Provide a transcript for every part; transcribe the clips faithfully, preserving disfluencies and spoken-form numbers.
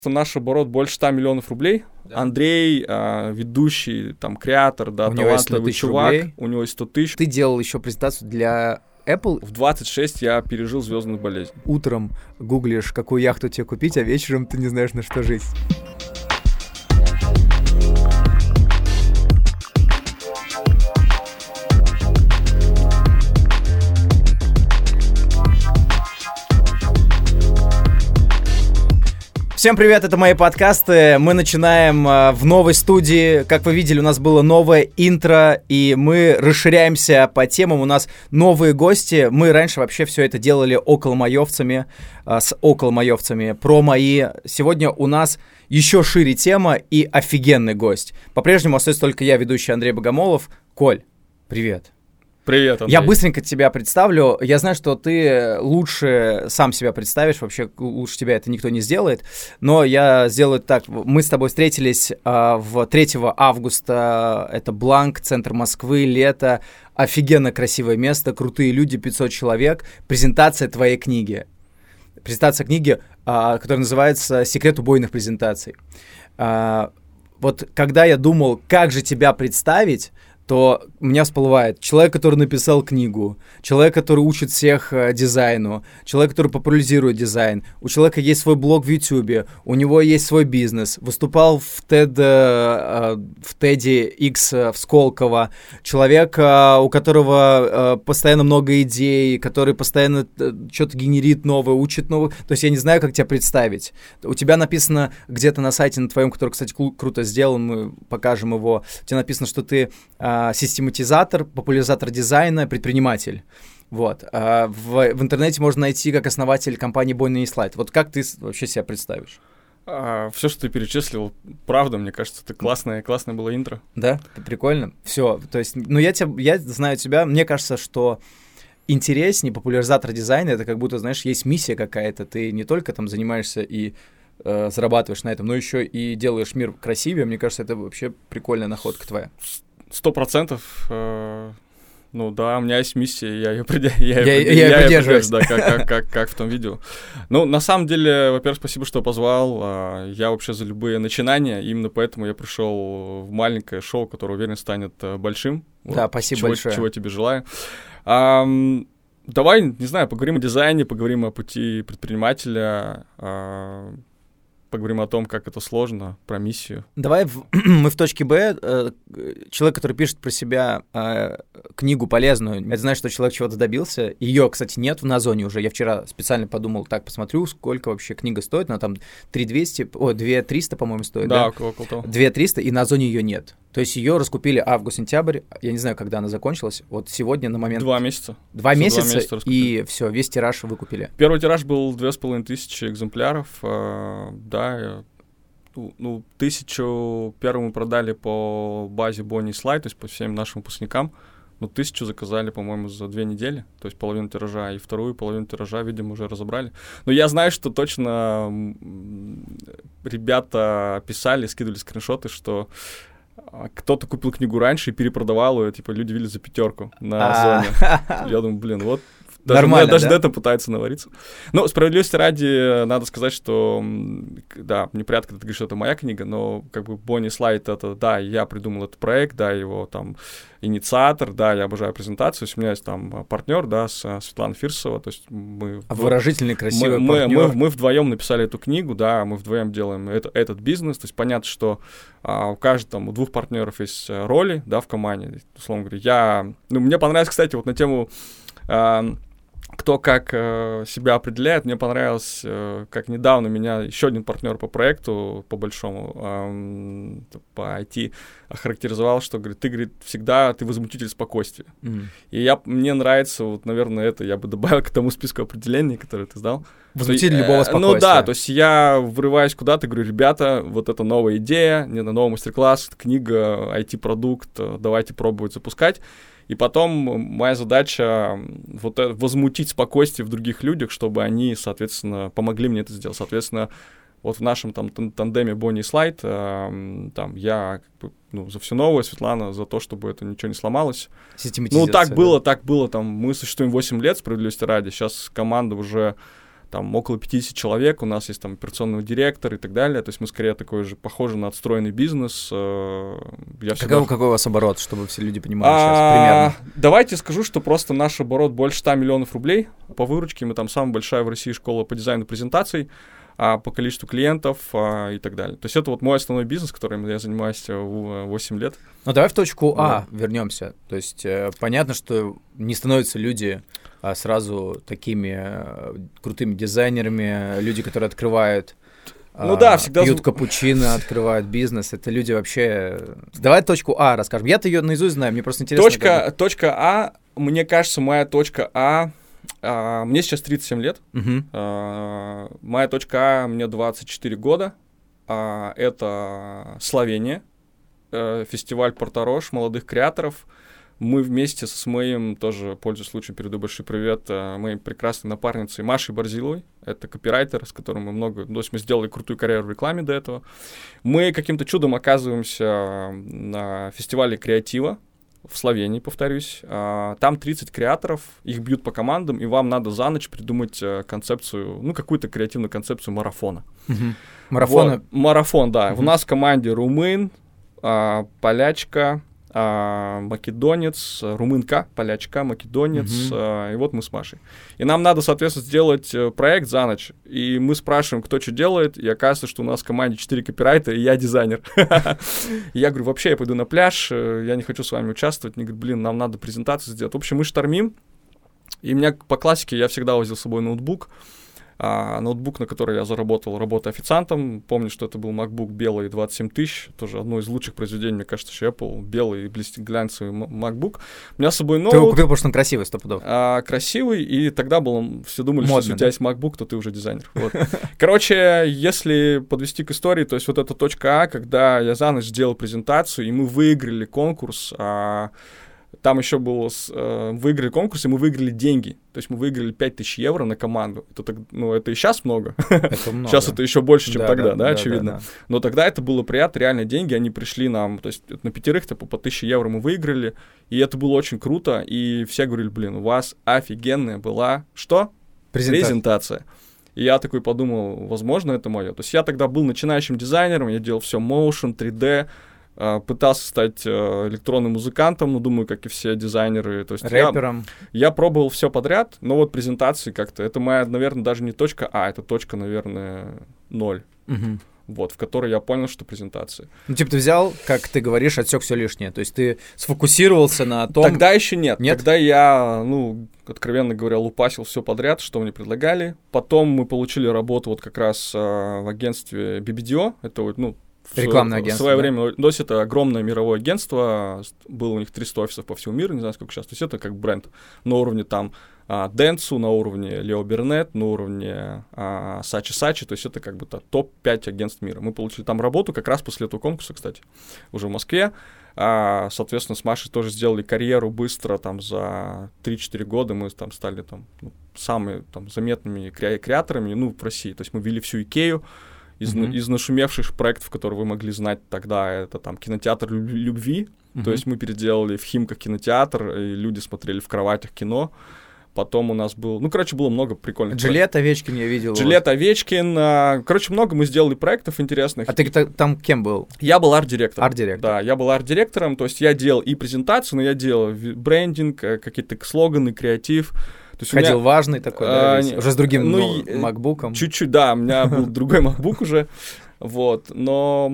Наш оборот больше ста миллионов рублей. Да. Андрей, а, ведущий, там, креатор, да, у талантливый чувак. Рублей. У него есть сто тысяч. Ты делал еще презентацию для Apple? В двадцать шесть я пережил звездную болезнь. Утром гуглишь, какую яхту тебе купить, а вечером ты не знаешь, на что жить. Всем привет, это мои подкасты. Мы начинаем э, в новой студии. Как вы видели, у нас было новое интро, и мы расширяемся по темам. У нас новые гости. Мы раньше вообще все это делали околомаевцами, э, с околомаевцами, про мои. Сегодня у нас еще шире тема и офигенный гость. По-прежнему остается только я, ведущий Андрей Богомолов. Коль, привет. Привет, Андрей. Я быстренько тебя представлю. Я знаю, что ты лучше сам себя представишь, вообще лучше тебя это никто не сделает, но я сделаю так. Мы с тобой встретились а, в третьего августа, это Бланк, центр Москвы, лето, офигенно красивое место, крутые люди, пятьсот человек, презентация твоей книги. Презентация книги, а, которая называется «Секрет убойных презентаций». А, вот когда я думал, как же тебя представить, то у меня всплывает человек, который написал книгу, человек, который учит всех э, дизайну, человек, который популяризирует дизайн, у человека есть свой блог в Ютубе, у него есть свой бизнес, выступал в TED, э, в TEDx э, в Сколково, человек, э, у которого э, постоянно много идей, который постоянно э, что-то генерит новое, учит новое, то есть я не знаю, как тебя представить. У тебя написано где-то на сайте на твоем, который, кстати, кру- круто сделан, мы покажем его, у тебя написано, что ты систематизатор, популяризатор дизайна, предприниматель. Вот. А в, в интернете можно найти как основатель компании Bonnie Slide. Вот как ты вообще себя представишь? А, все, что ты перечислил, правда, мне кажется, это классное, классное было интро. Да? Прикольно. Все. То есть, ну я, тебя, я знаю тебя, мне кажется, что интереснее популяризатор дизайна, это как будто, знаешь, есть миссия какая-то, ты не только там занимаешься и э, зарабатываешь на этом, но еще и делаешь мир красивее. Мне кажется, это вообще прикольная находка твоя. Сто процентов. Э, ну да, у меня есть миссия, я ее придерживаюсь. Я, я, я, я, я придерживаюсь. Да, как, как, как, как в том видео. Ну, на самом деле, во-первых, спасибо, что позвал. Я вообще за любые начинания, именно поэтому я пришел в маленькое шоу, которое, уверен, станет большим. Да, вот, спасибо чего, большое. Чего тебе желаю. А, давай, не знаю, поговорим о дизайне, поговорим о пути предпринимателя, а, поговорим о том, как это сложно, про миссию. Давай в, мы в точке Б. Э, человек, который пишет про себя э, книгу полезную, это значит, что человек чего-то добился. Ее, кстати, нет в Назоне уже. Я вчера специально подумал, так, посмотрю, сколько вообще книга стоит. Она там три двести, о, две тысячи триста, по-моему, стоит. Да, да? около, около того. две тысячи триста, и на Озоне ее нет. То есть ее раскупили август-сентябрь. Я не знаю, когда она закончилась. Вот сегодня на момент... Два месяца. Два месяца, два месяца и все, весь тираж выкупили. Первый тираж был две с половиной тысячи экземпляров. Э, да, ну, ну, тысячу первую мы продали по базе Bonnie Slide, то есть по всем нашим выпускникам. Ну, тысячу заказали, по-моему, за две недели, то есть половину тиража, и вторую половину тиража, видимо, уже разобрали. Но я знаю, что точно ребята писали, скидывали скриншоты, что кто-то купил книгу раньше и перепродавал ее, типа, люди видели за пятерку на Озоне. Я думаю, блин, вот даже, нормально, даже да? это пытается навариться. Но справедливости ради, надо сказать, что, да, неприятно, когда ты говоришь, что это моя книга, но как бы Bonnie Slide, это, да, я придумал этот проект, да, его там инициатор, да, я обожаю презентацию, у меня есть там партнер, да, Светлана Фирсова, то есть мы... Выразительный, красивый мы, партнер. Мы, мы, мы вдвоем написали эту книгу, да, мы вдвоем делаем это, этот бизнес, то есть понятно, что а, у каждого, там, у двух партнеров есть роли, да, в команде, условно говоря. Я, ну, мне понравилось, кстати, вот на тему... А, кто как э, себя определяет. Мне понравилось, э, как недавно меня еще один партнер по проекту, по большому, э, по ай ти, охарактеризовал, что, говорит, ты, говорит, всегда ты возмутитель спокойствия. Mm. И я, мне нравится, вот, наверное, это я бы добавил к тому списку определений, который ты сдал. Возмутитель любого спокойствия. Ну да, то есть я врываюсь куда-то, говорю, ребята, вот это новая идея, не на новый мастер-класс, книга, ай ти-продукт, давайте пробовать запускать. И потом моя задача вот возмутить спокойствие в других людях, чтобы они, соответственно, помогли мне это сделать. Соответственно, вот в нашем там тандеме Bonnie Slide э, там я как бы, ну, за все новое, Светлана за то, чтобы это ничего не сломалось. Ну, так было, так было, там мы существуем восемь лет, справедливости ради. Сейчас команда уже там около пятьдесят человек, у нас есть там операционный директор и так далее, то есть мы скорее такой же, похожи на отстроенный бизнес. Я всегда... какой, какой у вас оборот, чтобы все люди понимали сейчас примерно? Давайте скажу, что просто наш оборот больше ста миллионов рублей по выручке, мы там самая большая в России школа по дизайну презентаций, а по количеству клиентов а, и так далее. То есть это вот мой основной бизнес, которым я занимаюсь восемь лет. Ну давай в точку А да. вернемся. То есть э, понятно, что не становятся люди а, сразу такими э, крутыми дизайнерами, люди, которые открывают, ну, а, да, всегда пьют капучино, открывают бизнес. Это люди вообще... Давай точку А расскажем. Я-то ее наизусть знаю, мне просто интересно. Точка, как... точка А, мне кажется, моя точка А... Uh, мне сейчас тридцать семь лет, uh-huh. uh, моя точка А, мне двадцать четыре года, uh, это Словения, uh, фестиваль Порто-Рош молодых креаторов. Мы вместе с моим, тоже пользуясь случаем, передаю большой привет uh, моей прекрасной напарницей Машей Борзиловой, это копирайтер, с которым мы много, то есть мы сделали крутую карьеру в рекламе до этого. Мы каким-то чудом оказываемся на фестивале креатива в Словении, повторюсь. Там тридцать креаторов, их бьют по командам, и вам надо за ночь придумать концепцию, ну, какую-то креативную концепцию марафона. Uh-huh. Марафона? Вот, марафон, да. Uh-huh. У нас в команде румын, полячка, македонец, румынка, полячка, македонец, uh-huh. и вот мы с Машей. И нам надо, соответственно, сделать проект за ночь. И мы спрашиваем, кто что делает, и оказывается, что у нас в команде четыре копирайтера, и я дизайнер. Я говорю, вообще, я пойду на пляж, я не хочу с вами участвовать. Они говорят, блин, нам надо презентацию сделать. В общем, мы штормим, и у меня по классике я всегда возил с собой ноутбук. А, ноутбук, на который я заработал, работая официантом. Помню, что это был MacBook белый двадцать семь тысяч, тоже одно из лучших произведений, мне кажется, что Apple, белый блестящий глянцевый MacBook. У меня с собой ноут. Ты его купил, потому что он красивый, стопудов. А, красивый, и тогда был, все думали, модно, что если у тебя есть MacBook, то ты уже дизайнер. Вот. Короче, если подвести к истории, то есть вот эта точка А, когда я за ночь сделал презентацию, и мы выиграли конкурс, а, там еще было, э, выиграли конкурс, и мы выиграли деньги. То есть мы выиграли пять тысяч евро на команду. Это, ну, это и сейчас много. Это много. Сейчас это еще больше, чем да, тогда, да, да, да, очевидно. Да, да. Но тогда это было приятно, реально деньги, они пришли нам, то есть на пятерых-то по тысяче евро мы выиграли, и это было очень круто, и все говорили, блин, у вас офигенная была, что? Презентация. Презентация. И я такой подумал, возможно, это мое. То есть я тогда был начинающим дизайнером, я делал все motion, три дэ, пытался стать электронным музыкантом, ну, думаю, как и все дизайнеры. То есть рэпером. Я, я пробовал все подряд, но вот презентации как-то, это моя, наверное, даже не точка А, это точка, наверное, ноль. Угу. Вот, в которой я понял, что презентации. Ну, типа ты взял, как ты говоришь, отсек все лишнее, то есть ты сфокусировался на том... Тогда еще нет. Нет? Тогда я, ну, откровенно говоря, лупасил все подряд, что мне предлагали. Потом мы получили работу вот как раз в агентстве би би ди о, это вот, ну, рекламное в, агентство. В свое да? время, то есть это огромное мировое агентство, было у них триста офисов по всему миру, не знаю, сколько сейчас, то есть это как бренд на уровне там Dentsu, на уровне Leo Burnett, на уровне а, Saatchi Saatchi, то есть это как бы топ пять агентств мира. Мы получили там работу как раз после этого конкурса, кстати, уже в Москве. А, соответственно, с Машей тоже сделали карьеру быстро, там за три-четыре года мы там стали там, ну, самыми там, заметными кре- креаторами, ну, в России. То есть мы ввели всю Икею. Из, mm-hmm. из нашумевших проектов, которые вы могли знать тогда, это там кинотеатр любви. Mm-hmm. То есть мы переделали в Химках кинотеатр, и люди смотрели в кроватях кино. Потом у нас был... Ну, короче, было много прикольных Джилет Овечкин я видел. Джилет Овечкин. А, короче, много мы сделали проектов интересных. А ты там кем был? Я был арт-директором. Арт-директор. Да, я был арт-директором. То есть я делал и презентацию, но я делал брендинг, какие-то слоганы, креатив. То есть Ходил меня, важный такой, да, а, уже с другим ну, ну, макбуком. Чуть-чуть, да, у меня был другой макбук уже. Вот, но...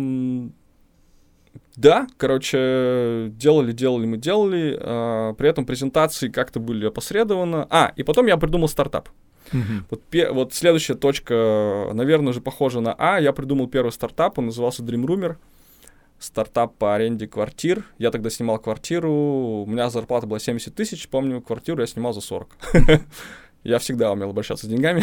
Да, короче, делали, делали, мы делали, э, при этом презентации как-то были опосредованно. А, и потом я придумал стартап. Uh-huh. Вот, пе- вот следующая точка, наверное, уже похожа на А. Я придумал первый стартап, он назывался Dream Roomer. Стартап по аренде квартир. Я тогда снимал квартиру, у меня зарплата была семьдесят тысяч, помню, квартиру я снимал за сорок. Я всегда умел обращаться с деньгами.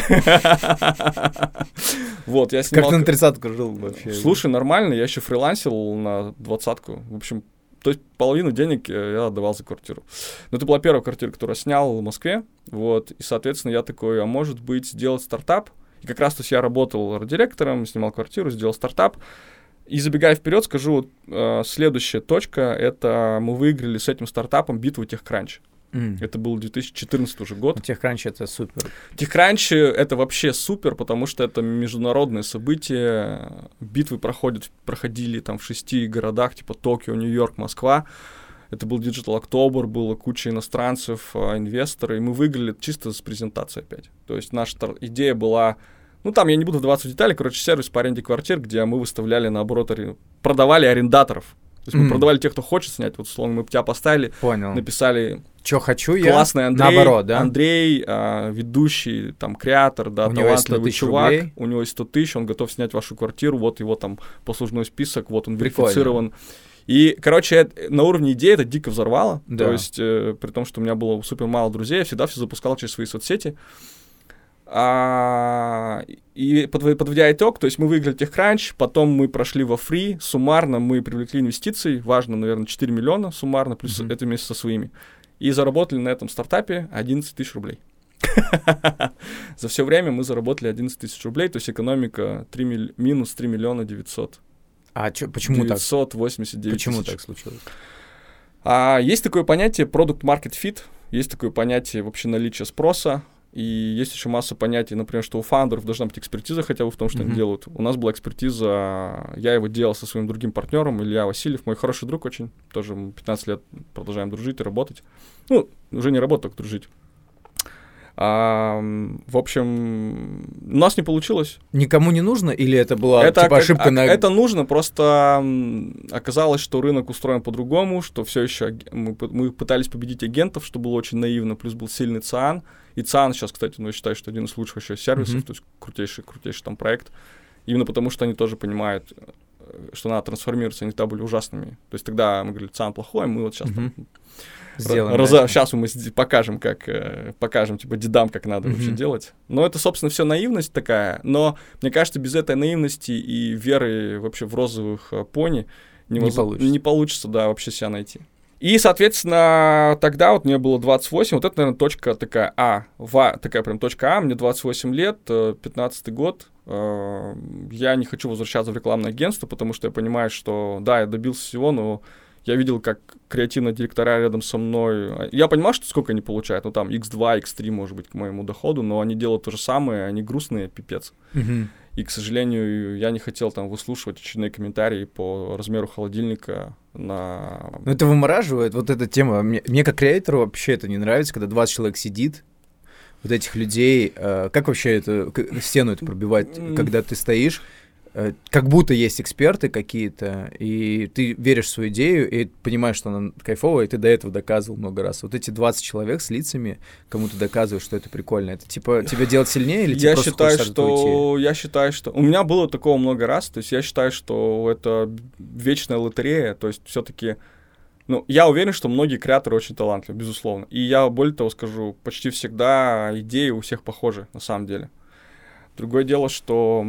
Вот, я снимал... Как ты на тридцатку жил вообще? Слушай, нормально, я еще фрилансил на двадцатку. В общем, то есть половину денег я отдавал за квартиру. Но это была первая квартира, которую я снял в Москве. Вот, и, соответственно, я такой, а может быть, сделать стартап? И как раз, то есть я работал арт-директором, снимал квартиру, сделал стартап. И забегая вперед, скажу, вот, э, следующая точка, это мы выиграли с этим стартапом битву TechCrunch. Mm. Это был две тысячи четырнадцатый уже год. TechCrunch — это супер. TechCrunch — это вообще супер, потому что это международное событие. Битвы проходят, проходили там в шести городах, типа Токио, Нью-Йорк, Москва. Это был Digital October, было куча иностранцев, инвесторы, и мы выиграли чисто с презентацией опять. То есть наша идея была... Ну, там я не буду вдаваться в детали, короче, сервис по аренде квартир, где мы выставляли, наоборот, ари... продавали арендаторов. То есть мы mm. продавали тех, кто хочет снять. Вот, условно, мы тебя поставили, Понял. Написали... Что хочу я, классный Андрей, наоборот, да? Андрей, а, ведущий, там, креатор, да, у талантливый чувак, рублей. У него есть сто тысяч, он готов снять вашу квартиру, вот его там послужной список, вот он Прикольно. верифицирован. И, короче, это, на уровне идеи это дико взорвало. Да. То есть, э, при том, что у меня было супер мало друзей, я всегда все запускал через свои соцсети. А, и подводя итог, то есть мы выиграли TechCrunch, потом мы прошли во фри, суммарно мы привлекли инвестиций, важно, наверное, четыре миллиона суммарно, плюс mm-hmm. это вместе со своими. И заработали на этом стартапе одиннадцать тысяч рублей. За все время мы заработали одиннадцать тысяч рублей, то есть экономика минус три миллиона девятьсот. А чё, почему девятьсот восемьдесят девять Почему тысяч. так случилось? А, есть такое понятие product market fit, есть такое понятие вообще наличия спроса, и есть еще масса понятий, например, что у фаундеров должна быть экспертиза хотя бы в том, что mm-hmm. они делают. У нас была экспертиза, я его делал со своим другим партнером, Илья Васильев, мой хороший друг очень, тоже мы пятнадцать лет продолжаем дружить и работать. Ну, уже не работать, только дружить. А, в общем, у нас не получилось. Никому не нужно или это была это, типа ошибка а, на... Это нужно, просто оказалось, что рынок устроен по-другому, что все еще мы, мы пытались победить агентов, что было очень наивно, плюс был сильный ЦИАН. И ЦИАН сейчас, кстати, ну, я считаю, что один из лучших еще сервисов, mm-hmm. то есть крутейший, крутейший там проект. Именно потому, что они тоже понимают, что надо трансформироваться, они тогда были ужасными. То есть тогда мы говорили, ЦИАН плохой, мы вот сейчас mm-hmm. там... Сделаем, Раза... да. Сейчас мы покажем, как э, покажем, типа, дедам, как надо mm-hmm. вообще делать. Но это, собственно, все наивность такая. Но мне кажется, без этой наивности и веры вообще в розовых э, пони невоз... не, получится. не получится, да, вообще себя найти. И, соответственно, тогда вот мне было двадцать восемь, вот это, наверное, точка такая А, ва, такая прям точка А, мне двадцать восемь лет, пятнадцатый год. Э, я не хочу возвращаться в рекламное агентство, потому что я понимаю, что, да, я добился всего, но я видел, как креативные директора рядом со мной... Я понимал, что сколько они получают, ну там икс два, икс три, может быть, к моему доходу, но они делают то же самое, они грустные, пипец. Mm-hmm. И, к сожалению, я не хотел там выслушивать очередные комментарии по размеру холодильника на... Ну это вымораживает, вот эта тема. Мне, мне как креатору вообще это не нравится, когда двадцать человек сидит, вот этих людей... Э, как вообще это, стену это пробивать, mm. когда ты стоишь... Как будто есть эксперты какие-то, и ты веришь в свою идею, и понимаешь, что она кайфовая, и ты до этого доказывал много раз. Вот эти двадцать человек с лицами, кому ты доказываешь, что это прикольно, это типа тебя делать сильнее или тебе я просто считаю, хочется что уйти? Я считаю, что... У меня было такого много раз, то есть я считаю, что это вечная лотерея, то есть все-таки... Ну, я уверен, что многие креаторы очень талантливы, безусловно. И я, более того, скажу, почти всегда идеи у всех похожи, на самом деле. Другое дело, что...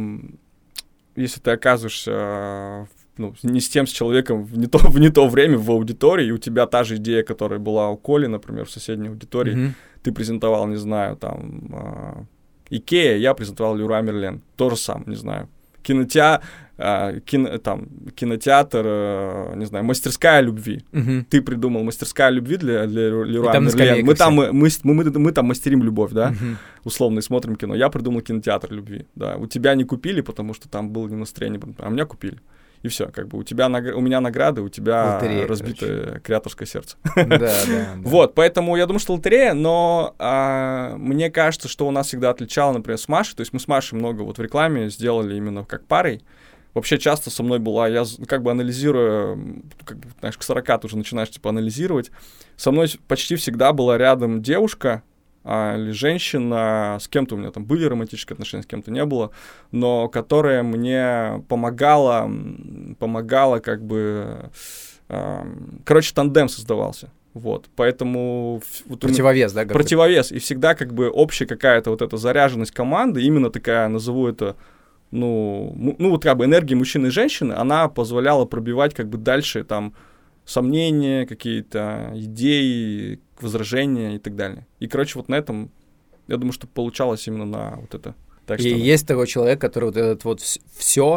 Если ты оказываешься ну, не с тем с человеком в не, то, в не то время в аудитории, и у тебя та же идея, которая была у Коли, например, в соседней аудитории, mm-hmm. ты презентовал, не знаю, там, Икея, я презентовал Леруа Мерлен, то же самое, не знаю. Кинотеатр, кино, там, кинотеатр, не знаю, мастерская любви. Uh-huh. Ты придумал мастерская любви для, для Леруа Мерлен. Мы там, мы, мы, мы, мы там мастерим любовь, да, uh-huh. условно, и смотрим кино. Я придумал кинотеатр любви, да. У тебя не купили, потому что там было не настроение, а меня купили. И все, как бы у тебя нагр... у меня награды, у тебя лотерея, разбитое короче. Креаторское сердце. Да, да. Вот, поэтому я думаю, что лотерея, но а, мне кажется, что у нас всегда отличало, например, с Машей, то есть мы с Машей много вот в рекламе сделали именно как парой. Вообще часто со мной была, я как бы анализирую, как бы, знаешь, к сорока ты уже начинаешь типа анализировать, со мной почти всегда была рядом девушка, а, или женщина, с кем-то у меня там были романтические отношения, с кем-то не было, но которая мне помогала, помогала как бы, э, короче, тандем создавался, вот, поэтому... Вот противовес, да? Противовес, и всегда как бы общая какая-то вот эта заряженность команды, именно такая, назову это, ну, ну вот как бы энергия мужчины и женщины, она позволяла пробивать как бы дальше там сомнения, какие-то идеи, возражения и так далее. И, короче, вот на этом, я думаю, что получалось именно на вот это. Так и что... есть такой человек, который вот этот вот все,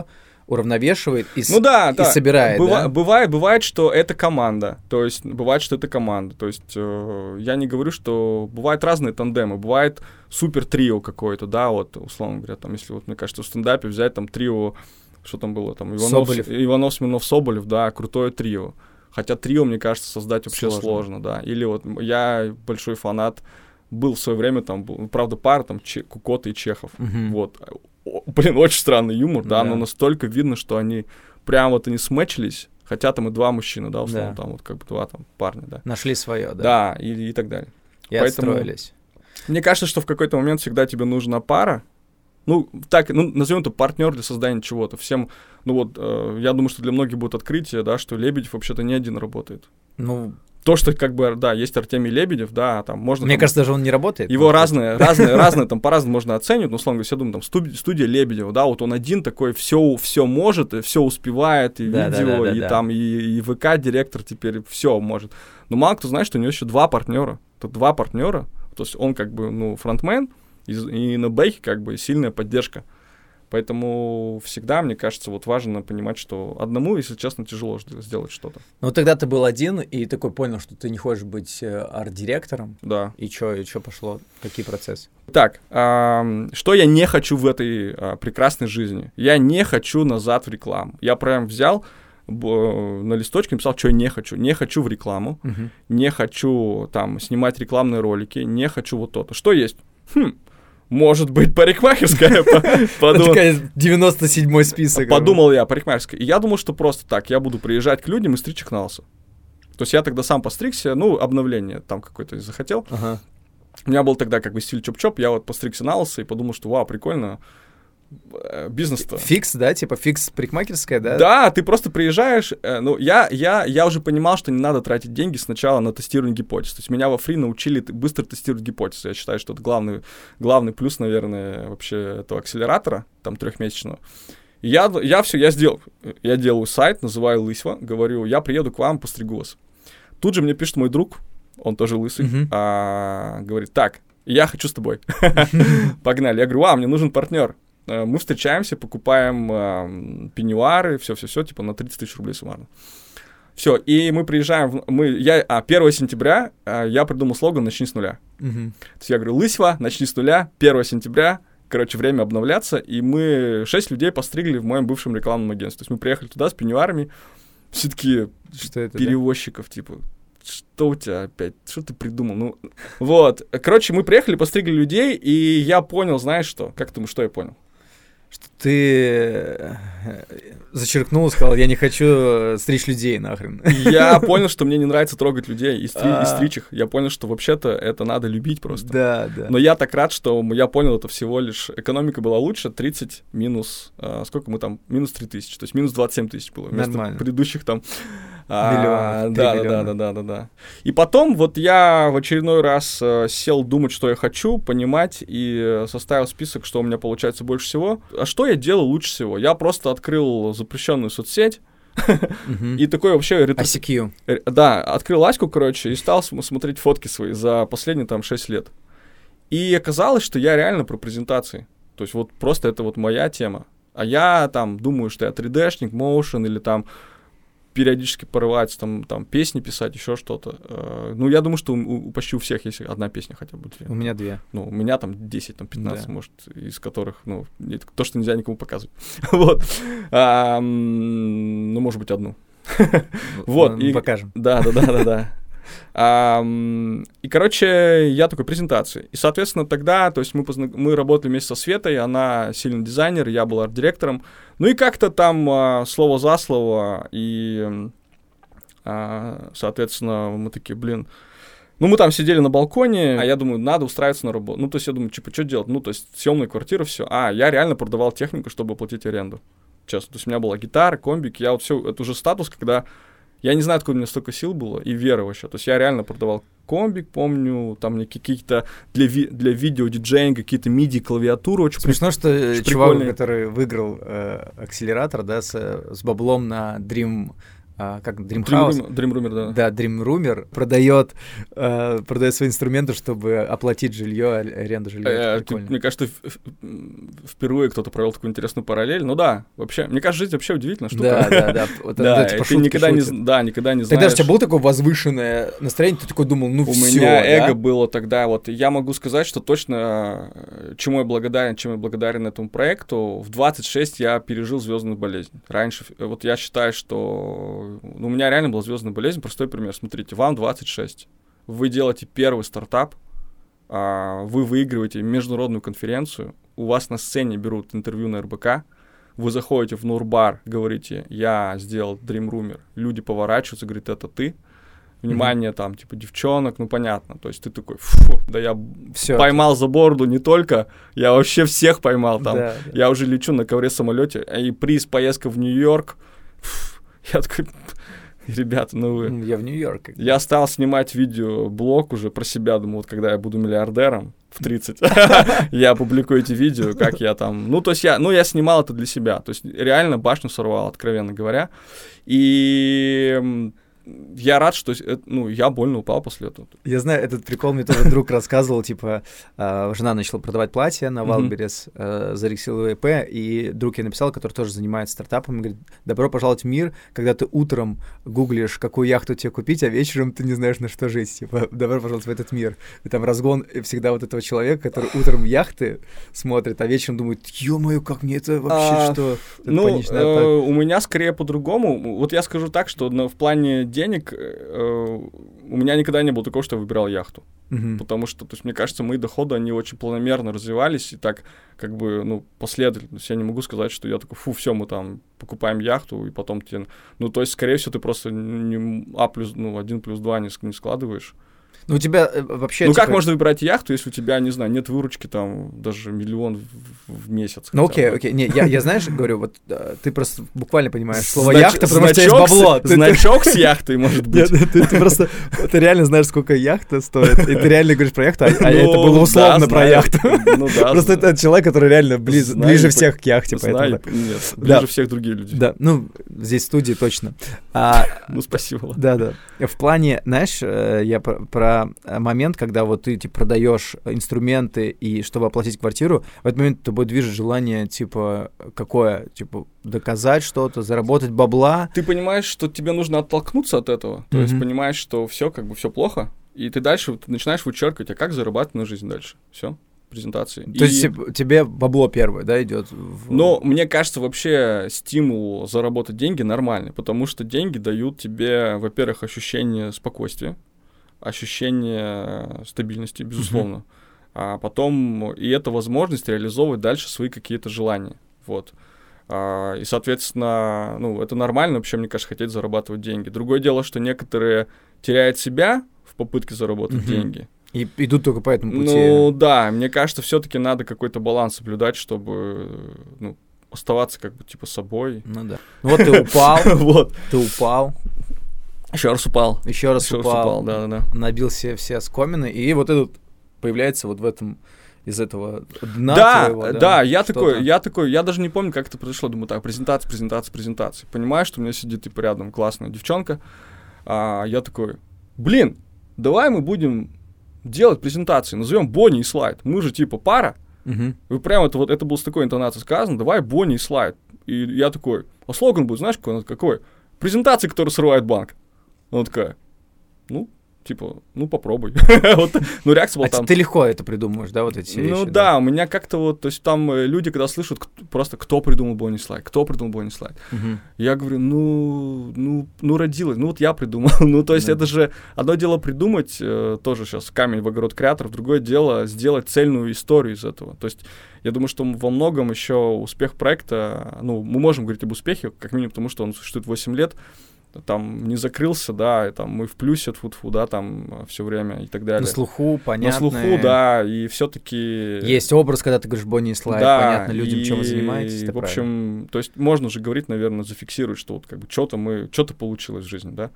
уравновешивает и, ну, да, и да. собирает. Быва- да? Бывает, бывает, что это команда. То есть бывает, что это команда. То есть э, я не говорю, что бывают разные тандемы. Бывает супер трио какое-то, да, вот, условно говоря, там, если вот, мне кажется, в стендапе взять там трио, что там было, там, Иванов, Соболев. Иванов, Смирнов, Соболев, да, крутое трио. Хотя трио, мне кажется, создать вообще Сложно. сложно, да. Или вот я большой фанат, был в свое время, там, был, правда, пара, там, Че- Кукота и Чехов. Мгм. Вот. О, блин, очень странный юмор, да, Да. но настолько видно, что они прям вот они сметчились, хотя там и два мужчины, да, условно, Да. там вот как бы два там парня, да. Нашли свое, да. Да, и, и так далее. И Поэтому- отстроились. Мне кажется, что в какой-то момент всегда тебе нужна пара. Ну, так, ну, назовем это партнер для создания чего-то. Всем, ну вот, э, я думаю, что для многих будет открытие, да, что Лебедев вообще-то не один работает. Ну, То, что, как бы, да, есть Артемий Лебедев, да, там можно... мне там, кажется, даже он не работает. его может быть. разные, разные, разные, там по-разному можно оценивать, но, условно говоря, я думаю, там, студи- студия Лебедева, да, вот он один такой, все, все может, и все успевает, и Да, да, видео, да, да, и да. там, и, и ВК-директор теперь все может. Но мало кто знает, что у него еще два партнера. Тут два партнера, то есть он как бы, ну, фронтмен, и, и на бэке как бы сильная поддержка. Поэтому всегда, мне кажется, вот важно понимать, что одному, если честно, тяжело жд- сделать что-то. Ну, тогда ты был один и такой понял, что ты не хочешь быть э, арт-директором. Да. И что и чё пошло? Какие процессы? Так, ам, что я не хочу в этой а, прекрасной жизни? Я не хочу назад в рекламу. Я прям взял б- на листочке, написал, что я не хочу. Не хочу в рекламу, Мгм. не хочу там снимать рекламные ролики, не хочу вот то-то. Что есть? Хм, может быть, парикмахерская? По- подумал. Такая девяносто седьмой список. Подумал я, парикмахерская. И я думал, что просто так, я буду приезжать к людям и стричь их на лысо. То есть я тогда сам постригся, ну, обновление там какое-то захотел. Ага. У меня был тогда как бы стиль чоп-чоп, я вот постригся на лысо и подумал, что вау, прикольно, э, бизнес-то. Фикс, да? Типа фикс парикмахерская, да? Да, ты просто приезжаешь, э, ну, я, я, я уже понимал, что не надо тратить деньги сначала на тестирование гипотез. То есть меня во фри научили т- быстро тестировать гипотезы. Я считаю, что это главный, главный плюс, наверное, вообще этого акселератора, там, трехмесячного. И я, я все, я сделал. Я делаю сайт, называю Лысьва, говорю, я приеду к вам, постригу вас. Тут же мне пишет мой друг, он тоже лысый, Мгм. а, говорит, так, я хочу с тобой. Погнали. Я говорю, а, мне нужен партнер. Э, Мы встречаемся, покупаем э, пеньюары, все-все-все, типа на тридцать тысяч рублей суммарно. Все, и мы приезжаем, в- мы, я, а, первого сентября э, я придумал слоган «Начни с нуля». Мгм. То есть я говорю, Лысьва, начни с нуля, первого сентября, короче, время обновляться, и мы шесть людей постригли в моем бывшем рекламном агентстве. То есть мы приехали туда с пеньюарами, все такие Что это? да? перевозчиков, типа, что у тебя опять, что ты придумал? Ну, вот, короче, мы приехали, постригли людей, и я понял, знаешь что? Как ты думаешь, что я понял? Что ты э, зачеркнул и сказал, я не хочу э, стричь людей нахрен. Я понял, что мне не нравится трогать людей и, стри- и А. стричь их. Я понял, что вообще-то это надо любить просто. Да, да. Но я так рад, что я понял это всего лишь... Экономика была лучше, тридцать минус... а, сколько мы там? Минус три тысячи. То есть минус двадцать семь тысяч было. Вместо Нормально. предыдущих там... Миллионов, три да, да, да, миллиона. да, да, да, да. И потом вот я в очередной раз э, сел думать, что я хочу, понимать, и э, составил список, что у меня получается больше всего. А что я делаю лучше всего? Я просто открыл запрещенную соцсеть, Мгм. и такой вообще... ретро- ай си кью. Э, Да, открыл Аську, короче, и стал см- смотреть фотки свои за последние там шесть лет. И оказалось, что я реально про презентации. То есть вот просто это вот моя тема. А я там думаю, что я три дэ-шник, моушен или там периодически порывается там, там песни писать, еще что-то. Э, Ну, я думаю, что у, у- почти у всех есть одна песня хотя бы. две. У меня две. Ну, у меня там десять, там пятнадцать, Да. может, из которых, ну, это то, что нельзя никому показывать. Вот. А, м, Ну, может быть, одну. Вот, Ну, и- покажем. Да, да, да, да, да. Ам, И, короче, я такой презентации. И, соответственно, тогда, то есть мы, позна- мы работали вместе со Светой, она сильный дизайнер, я был арт-директором. Ну и как-то там а, слово за слово, и, м, а, соответственно, мы такие, блин, ну, мы там сидели на балконе, а я думаю, надо устраиваться на работу. Ну, то есть я думаю, типа, что делать? Ну, то есть съемная квартира, все. А, я реально продавал технику, чтобы оплатить аренду. Честно. То есть у меня была гитара, комбик, я вот все, это уже статус, когда я не знаю, откуда у меня столько сил было и веры вообще. То есть я реально продавал комбик, помню, там мне какие-то для, ви- для видео-диджеинга какие-то миди-клавиатуры очень прикольные. Смешно, что э, очень чувак, прикольные. который выиграл э, акселератор, да, с, с баблом на Dream а, как Dream House. Dream Roomer, да. Да, Dream Roomer продает, э, продает свои инструменты, чтобы оплатить жилье, аренду жилья. Э, ты, мне кажется, впервые кто-то провел такую интересную параллель. Ну да, вообще, мне кажется, жизнь вообще удивительная штука. Да, да, да. Вот, да, это, типа, ты никогда не, да, никогда не знаешь. Тогда у тебя было такое возвышенное настроение, ты такой думал, ну у все. У меня эго да? было тогда, вот я могу сказать, что точно, чему я благодарен, чем я благодарен этому проекту, в двадцать шесть я пережил звездную болезнь. Раньше, вот я считаю, что ну, у меня реально была звездная болезнь. Простой пример. Смотрите, вам двадцать шесть. Вы делаете первый стартап, вы выигрываете международную конференцию, у вас на сцене берут интервью на эр бэ ка, вы заходите в Нурбар, говорите, я сделал Dream Roomer, люди поворачиваются, говорят, это ты. Внимание, mm-hmm. там, типа, девчонок, ну, понятно. То есть ты такой, фу, да я Всё. поймал за бороду не только, я вообще всех поймал там. Да, да. Я уже лечу на ковре-самолете, и приз поездка в Нью-Йорк. Фу, я такой, ребята, ну вы... Я в Нью-Йорке. Я стал снимать видеоблог уже про себя, думаю, вот когда я буду миллиардером в тридцать, я опубликую эти видео, как я там... Ну, то есть я, ну, я снимал это для себя. То есть реально башню сорвал, откровенно говоря. И... Я рад, что ну, я больно упал после этого. Я знаю, этот прикол мне тоже друг рассказывал, типа, э, жена начала продавать платья на Wildberries, э, зарегистрировала вэ пэ, и друг ей написал, который тоже занимается стартапом, говорит, добро пожаловать в мир, когда ты утром гуглишь, какую яхту тебе купить, а вечером ты не знаешь, на что жить. Типа, добро пожаловать в этот мир. И там разгон всегда вот этого человека, который утром яхты смотрит, а вечером думает, ё-моё, как мне это вообще, а, что? Это ну, э, у меня скорее по-другому. Вот я скажу так, что ну, в плане денег э, у меня никогда не было такого, что я выбирал яхту. Uh-huh. Потому что, то есть, мне кажется, мои доходы, они очень планомерно развивались и так, как бы, ну, последовательно. То есть я не могу сказать, что я такой, фу, все, мы там покупаем яхту, и потом тебе... Ну, то есть, скорее всего, ты просто не А плюс, ну, один плюс два не, не складываешь. Ну, у тебя э, вообще... Ну, типа... как можно выбирать яхту, если у тебя, не знаю, нет выручки там даже миллион в, в месяц? Ну, окей, окей. Не, я, я, знаешь, говорю, вот ты просто буквально понимаешь слово яхта, потому что есть бабло. Значок с яхтой, может быть. Ты просто, ты реально знаешь, сколько яхта стоит, и ты реально говоришь про яхту, а это было условно про яхту. Просто это человек, который реально ближе всех к яхте. Нет, ближе всех другие люди. Да, ну, здесь в студии точно. Ну, спасибо. Да, да. В плане, знаешь, я про момент, когда вот ты типа продаешь инструменты и чтобы оплатить квартиру, в этот момент тобой движет желание типа какое, типа доказать что-то, заработать бабла. Ты понимаешь, что тебе нужно оттолкнуться от этого, то mm-hmm. есть понимаешь, что все как бы все плохо, и ты дальше ты начинаешь вычеркивать, а как зарабатывать на жизнь дальше, все. Презентации. То и... есть тебе бабло первое, да, идет? В... Ну, мне кажется, вообще стимул заработать деньги нормальный, потому что деньги дают тебе, во-первых, ощущение спокойствия, ощущение стабильности, безусловно. Uh-huh. А потом и это возможность реализовывать дальше свои какие-то желания. Вот. А, и, соответственно, ну, это нормально вообще, мне кажется, хотеть зарабатывать деньги. Другое дело, что некоторые теряют себя в попытке заработать uh-huh. деньги. И идут только по этому пути. Ну, да, мне кажется, все-таки надо какой-то баланс соблюдать, чтобы, ну, оставаться как бы типа собой. Ну да. Вот ты упал, вот. Ты упал. Еще раз упал. Еще раз Еще упал. Раз упал, да, да, да. Набил все, все оскомины, и вот этот появляется вот в этом, из этого дна да, твоего. Да, да, я такой, я такой, я даже не помню, как это произошло. Думаю, так, презентация, презентация, презентация. Понимаю, что у меня сидит типа рядом классная девчонка, а я такой, блин, давай мы будем делать презентации, назовем Бонни и Слайд. Мы же типа пара. Угу. Вы прямо это вот это было с такой интонацией сказано, давай Бонни и Слайд. И я такой, а слоган будет, знаешь, какой? Он какой? Презентации, которые срывают банк. Она такая, ну, типа, ну, попробуй. вот, ну, реакция была а там. Ты легко это придумываешь, да, вот эти вещи? Ну, да, да, у меня как-то вот, то есть там люди, когда слышат просто, кто придумал Бонни Слайд, кто придумал Бонни Слайд, uh-huh. я говорю, ну, ну, ну, родилась, ну, вот я придумал. ну, то есть да. это же, одно дело придумать, э, тоже сейчас камень в огород креаторов, другое дело сделать цельную историю из этого. То есть я думаю, что во многом еще успех проекта, ну, мы можем говорить об успехе, как минимум потому, что он существует восемь лет, там не закрылся, да, и там мы в плюсе, тьфу-тьфу, да, там все время и так далее. На слуху, понятно. На слуху, да, и все-таки... Есть образ, когда ты говоришь Бонни и Слайд, да, понятно людям, и... чем вы занимаетесь, в общем, правильно. То есть можно же говорить, наверное, зафиксировать, что вот как бы что-то мы, что-то получилось в жизни, да.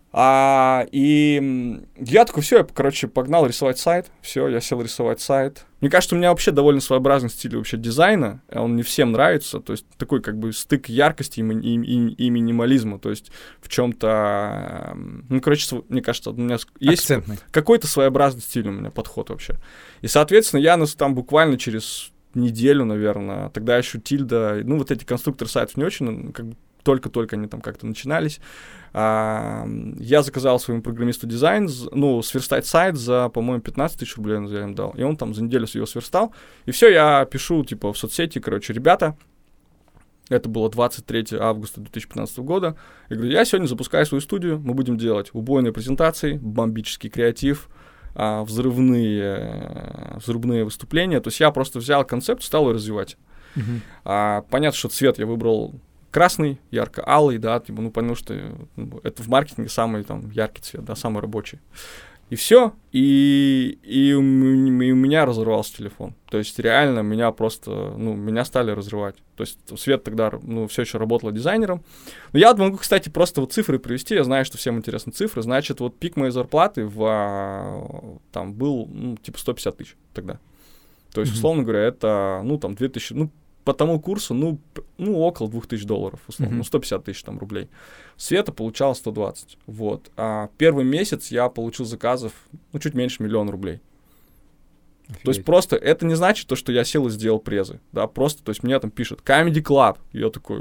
А, и я такой, все, я, короче, погнал рисовать сайт, все, я сел рисовать сайт, Мне кажется, у меня вообще довольно своеобразный стиль вообще дизайна, он не всем нравится, то есть такой как бы стык яркости и, и, и, и минимализма, то есть в чем-то, ну, короче, мне кажется, у меня есть акцентный. Какой-то своеобразный стиль у меня, подход вообще. И, соответственно, я нас там буквально через неделю, наверное, тогда еще Тильда, ну, вот эти конструкторы сайтов не очень, как бы, только-только они там как-то начинались. А, я заказал своему программисту дизайн, ну, сверстать сайт за, по-моему, пятнадцать тысяч рублей я им дал. И он там за неделю его сверстал. И все, я пишу, типа, в соцсети, короче, ребята, это было двадцать третьего августа две тысячи пятнадцатого года. Я говорю, я сегодня запускаю свою студию, мы будем делать убойные презентации, бомбический креатив, а, взрывные, взрывные выступления. То есть я просто взял концепт, стал ее развивать. Uh-huh. А, понятно, что цвет я выбрал красный, ярко-алый, да, типа, ну, потому что ну, это в маркетинге самый там яркий цвет, да, самый рабочий. И все, и, и, у, и у меня разорвался телефон. То есть реально меня просто, ну, меня стали разрывать. То есть Свет тогда, ну, все еще работала дизайнером. Но я могу, кстати, просто вот цифры привести, я знаю, что всем интересны цифры. Значит, вот пик моей зарплаты в, там был, ну, типа сто пятьдесят тысяч тогда. То есть, условно говоря, это, ну, там, две тысячи, ну, по тому курсу, ну, ну около двух тысяч долларов, условно, uh-huh. ну, сто пятьдесят тысяч там рублей. Света получала сто двадцать, вот. А первый месяц я получил заказов, ну, чуть меньше миллиона рублей. Офигеть. То есть просто, это не значит то, что я сел и сделал презы, да, просто, то есть мне там пишут Comedy Club, я такой,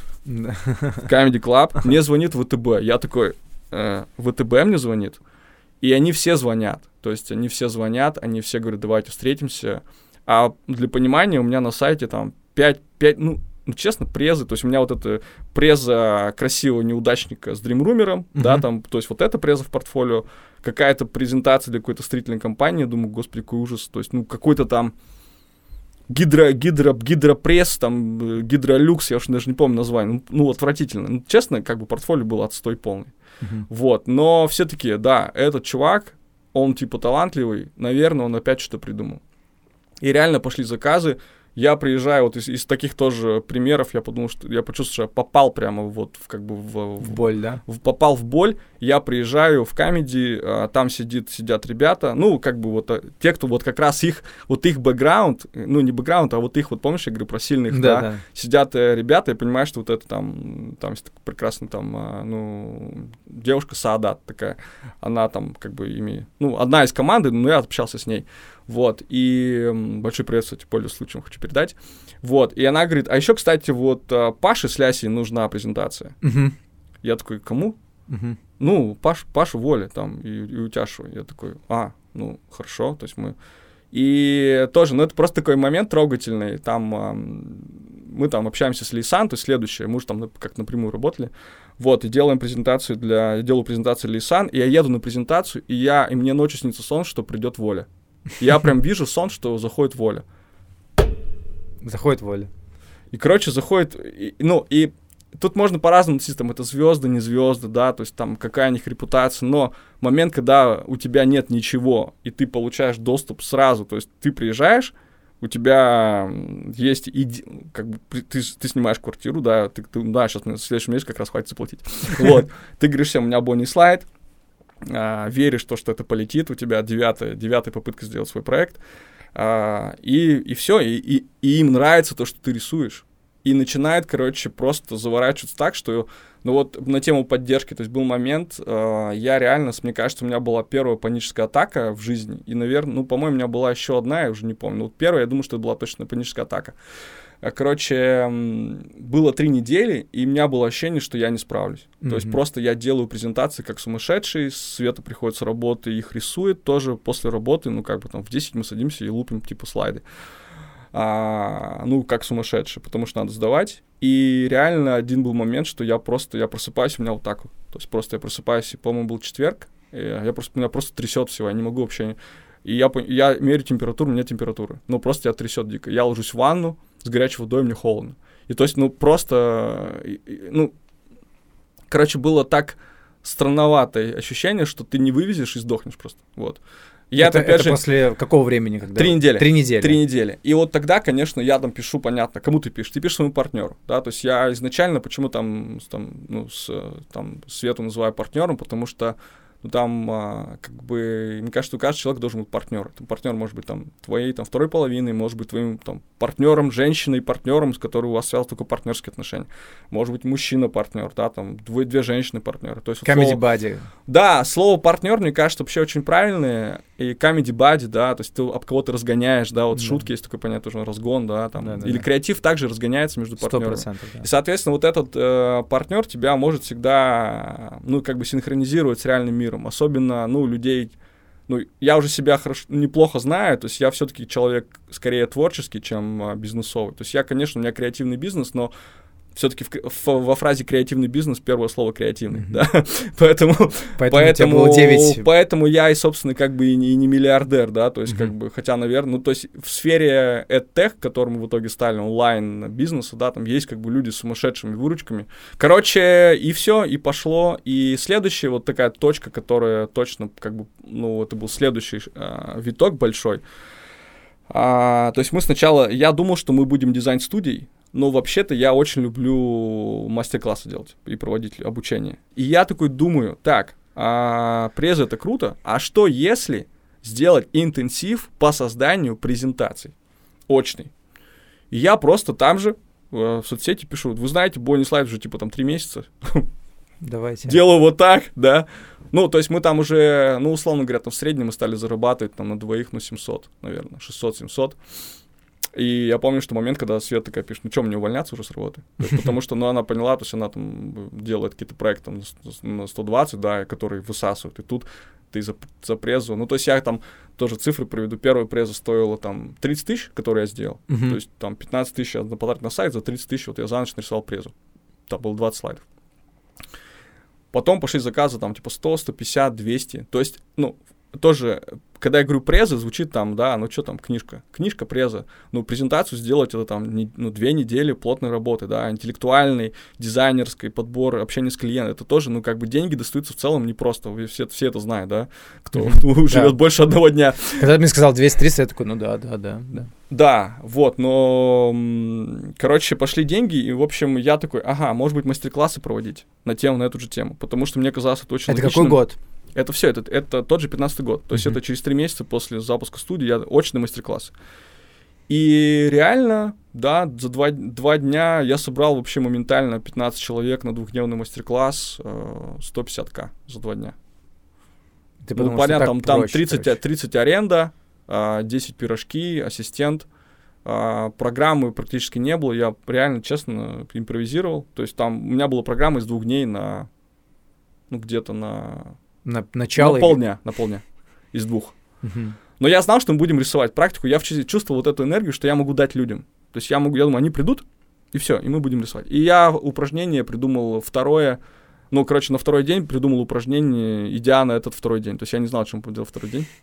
Comedy Club, мне звонит ВТБ, я такой, э, ВТБ мне звонит, и они все звонят, то есть они все звонят, они все говорят, давайте встретимся, а для понимания у меня на сайте там пять, пять, ну, ну, честно, презы, то есть у меня вот эта преза красивого неудачника с дримрумером, uh-huh. да, там, то есть вот эта преза в портфолио, какая-то презентация для какой-то строительной компании, думаю, господи, какой ужас, то есть, ну, какой-то там гидро, гидро, гидропресс, там, гидролюкс, я уж даже не помню название, ну, ну отвратительно, ну, честно, как бы портфолио было отстой полный, uh-huh. вот, но все-таки, да, этот чувак, он, типа, талантливый, наверное, он опять что-то придумал, и реально пошли заказы. Я приезжаю, вот из, из таких тоже примеров, я подумал, что я почувствовал, что я попал прямо вот в, как бы в... В боль, да? В, попал в боль, я приезжаю в Comedy, а, там сидит, сидят ребята, ну, как бы вот а, те, кто вот как раз их, вот их бэкграунд, ну, не бэкграунд, а вот их, вот помнишь, я говорю про сильных, да, да, да. Сидят э, ребята, я понимаю, что вот это там, там есть прекрасная там, а, ну, девушка Саадат такая, она там как бы ими, ну, одна из команды, но я общался с ней. Вот, и большой привет, кстати, пользуясь случаем, хочу передать. Вот, и она говорит, а еще, кстати, вот Паше с Лясей нужна презентация. Uh-huh. Я такой, кому? Uh-huh. Ну, Паш, Пашу Воля, там, и, и Утяшу. Я такой, а, ну, хорошо, то есть мы... И тоже, ну, это просто такой момент трогательный, там, э, мы там общаемся с Лейсан, то есть следующее, мы же там как напрямую работали, вот, и делаем презентацию для... Я делаю презентацию Лейсан, и я еду на презентацию, и я, и мне ночью снится сон, что придет Воля. Я прям вижу сон, что заходит Воля. Заходит Воля. И, короче, заходит... И, ну, и тут можно по-разному относиться, там, это звезды, не звезды, да, то есть там какая у них репутация, но момент, когда у тебя нет ничего, и ты получаешь доступ сразу, то есть ты приезжаешь, у тебя есть... Иди... Как бы ты, ты снимаешь квартиру, да, ты, ты, да, сейчас в следующем месяце как раз хватит заплатить. Вот. Ты говоришь всем, у меня бонус слайд, Uh, веришь в то, что это полетит, у тебя девятая, девятая попытка сделать свой проект, uh, и, и все, и, и, и им нравится то, что ты рисуешь, и начинает, короче, просто заворачиваться так, что, ну вот, на тему поддержки, то есть был момент, uh, я реально, мне кажется, у меня была первая паническая атака в жизни, и, наверное, ну, по-моему, у меня была еще одна, я уже не помню, но вот первая, я думаю, что это была точно паническая атака. Короче, было три недели, и у меня было ощущение, что я не справлюсь. Mm-hmm. То есть просто я делаю презентации как сумасшедший, Света приходит с работы, их рисует тоже после работы, ну как бы там в десять мы садимся и лупим типа слайды. А, ну как сумасшедший, потому что надо сдавать. И реально один был момент, что я просто, я просыпаюсь, у меня вот так вот. То есть просто я просыпаюсь, и, по-моему, был четверг, и я просто, меня просто трясет всего, я не могу вообще... И я, я мерю температуру, у меня температура. Ну просто я трясет дико. Я ложусь в ванну, с горячей водой, мне холодно. И то есть, ну, просто, ну, короче, было так странноватое ощущение, что ты не вывезешь и сдохнешь просто, вот. Я, это, опять это же, после какого времени? Когда... Три недели. Три недели. Три недели. И вот тогда, конечно, я там пишу, понятно, кому ты пишешь? Ты пишешь своему партнеру, да, то есть я изначально, почему там, там, ну, с, там, Свету называю партнером, потому что ну, там, а, как бы, мне кажется, у каждого человека должен быть партнер. Партнер может быть там твоей там, второй половиной, может быть твоим там, партнером, женщиной, партнером, с которой у вас связаны только партнерские отношения. Может быть, мужчина-партнер, да, там, две, две женщины-партнеры. То есть, comedy слово... buddy. Да, слово партнер, мне кажется, вообще очень правильное. И comedy buddy, да, то есть ты об кого-то разгоняешь, да, вот да. шутки есть такой понятный уже разгон, да, там, да, да, или да. креатив также разгоняется между партнерами. сто процентов, да. И, соответственно, вот этот э, партнер тебя может всегда, ну, как бы синхронизировать с реальным миром, особенно, ну, людей, ну, я уже себя хорошо, неплохо знаю, то есть я все-таки человек скорее творческий, чем а, бизнесовый, то есть я, конечно, у меня креативный бизнес, но все-таки в, в, во фразе «креативный бизнес» первое слово «креативный», mm-hmm. да, поэтому, поэтому, поэтому, было девять. Поэтому я и, собственно, как бы и не, и не миллиардер, да, то есть, mm-hmm. как бы, хотя, наверное, ну, то есть в сфере EdTech, к которому в итоге стали онлайн-бизнеса, да, там есть как бы люди с сумасшедшими выручками. Короче, и все, и пошло, и следующая вот такая точка, которая точно, как бы, ну, это был следующий а, виток большой. А, то есть мы сначала, я думал, что мы будем дизайн-студией, но вообще-то я очень люблю мастер-классы делать и проводить обучение. И я такой думаю, так, а, презы это круто, а что если сделать интенсив по созданию презентаций очный? И я просто там же в соцсети пишу, вы знаете, Bonnie Slide уже типа там три месяца. Давайте. Делаю вот так, да. Ну, то есть мы там уже, ну, условно говоря, там в среднем мы стали зарабатывать там на двоих, ну, семьсот, наверное, шестьсот-семьсот. И я помню, что момент, когда Света такая пишет, ну что, мне увольняться уже с работы? То есть, потому что, ну, она поняла, то есть она там делает какие-то проекты там, на сто двадцать, да, которые высасывают, и тут ты за, за презу, ну, то есть я там тоже цифры приведу, первая преза стоила там тридцать тысяч, которую я сделал, uh-huh. то есть там пятнадцать тысяч я потратил на сайт, за тридцать тысяч вот я за ночь нарисовал презу, там было двадцать слайдов. Потом пошли заказы там типа сто, сто пятьдесят, двести, то есть, ну, тоже, когда я говорю преза, звучит там, да, ну что там, книжка, книжка, преза, ну, презентацию сделать, это там, не, ну, две недели плотной работы, да, интеллектуальный, дизайнерский подбор, общение с клиентом, это тоже, ну, как бы деньги достаются в целом непросто, вы все, все это знают, да, кто mm-hmm. живет да. больше одного дня. Когда ты мне сказал двести-триста, я такой, ну да, да, да, да. Да, вот, но, короче, пошли деньги, и, в общем, я такой, ага, может быть, мастер-классы проводить на тему, на эту же тему, потому что мне казалось это очень Это логичным. Какой год? Это все, это, это тот же пятнадцатый год. То есть mm-hmm. это через три месяца после запуска студии я очный мастер-класс. И реально, да, за два, два дня я собрал вообще моментально пятнадцать человек на двухдневный мастер-класс, э, сто пятьдесят тысяч за два дня. Ты ну, подумал, понятно, там, там проще, тридцать, тридцать аренда, э, десять пирожки, ассистент. Э, программы практически не было, я реально, честно, импровизировал. То есть там у меня была программа из двух дней на, ну, где-то на... На начало? На полдня, на полдня, из двух. Uh-huh. Но я знал, что мы будем рисовать практику, я чувствовал вот эту энергию, что я могу дать людям. То есть я могу, я думаю, они придут, и все, и мы будем рисовать. И я упражнение придумал второе, ну, короче, на второй день придумал упражнение, идя на этот второй день. То есть я не знал, чем мы будем делать второй день.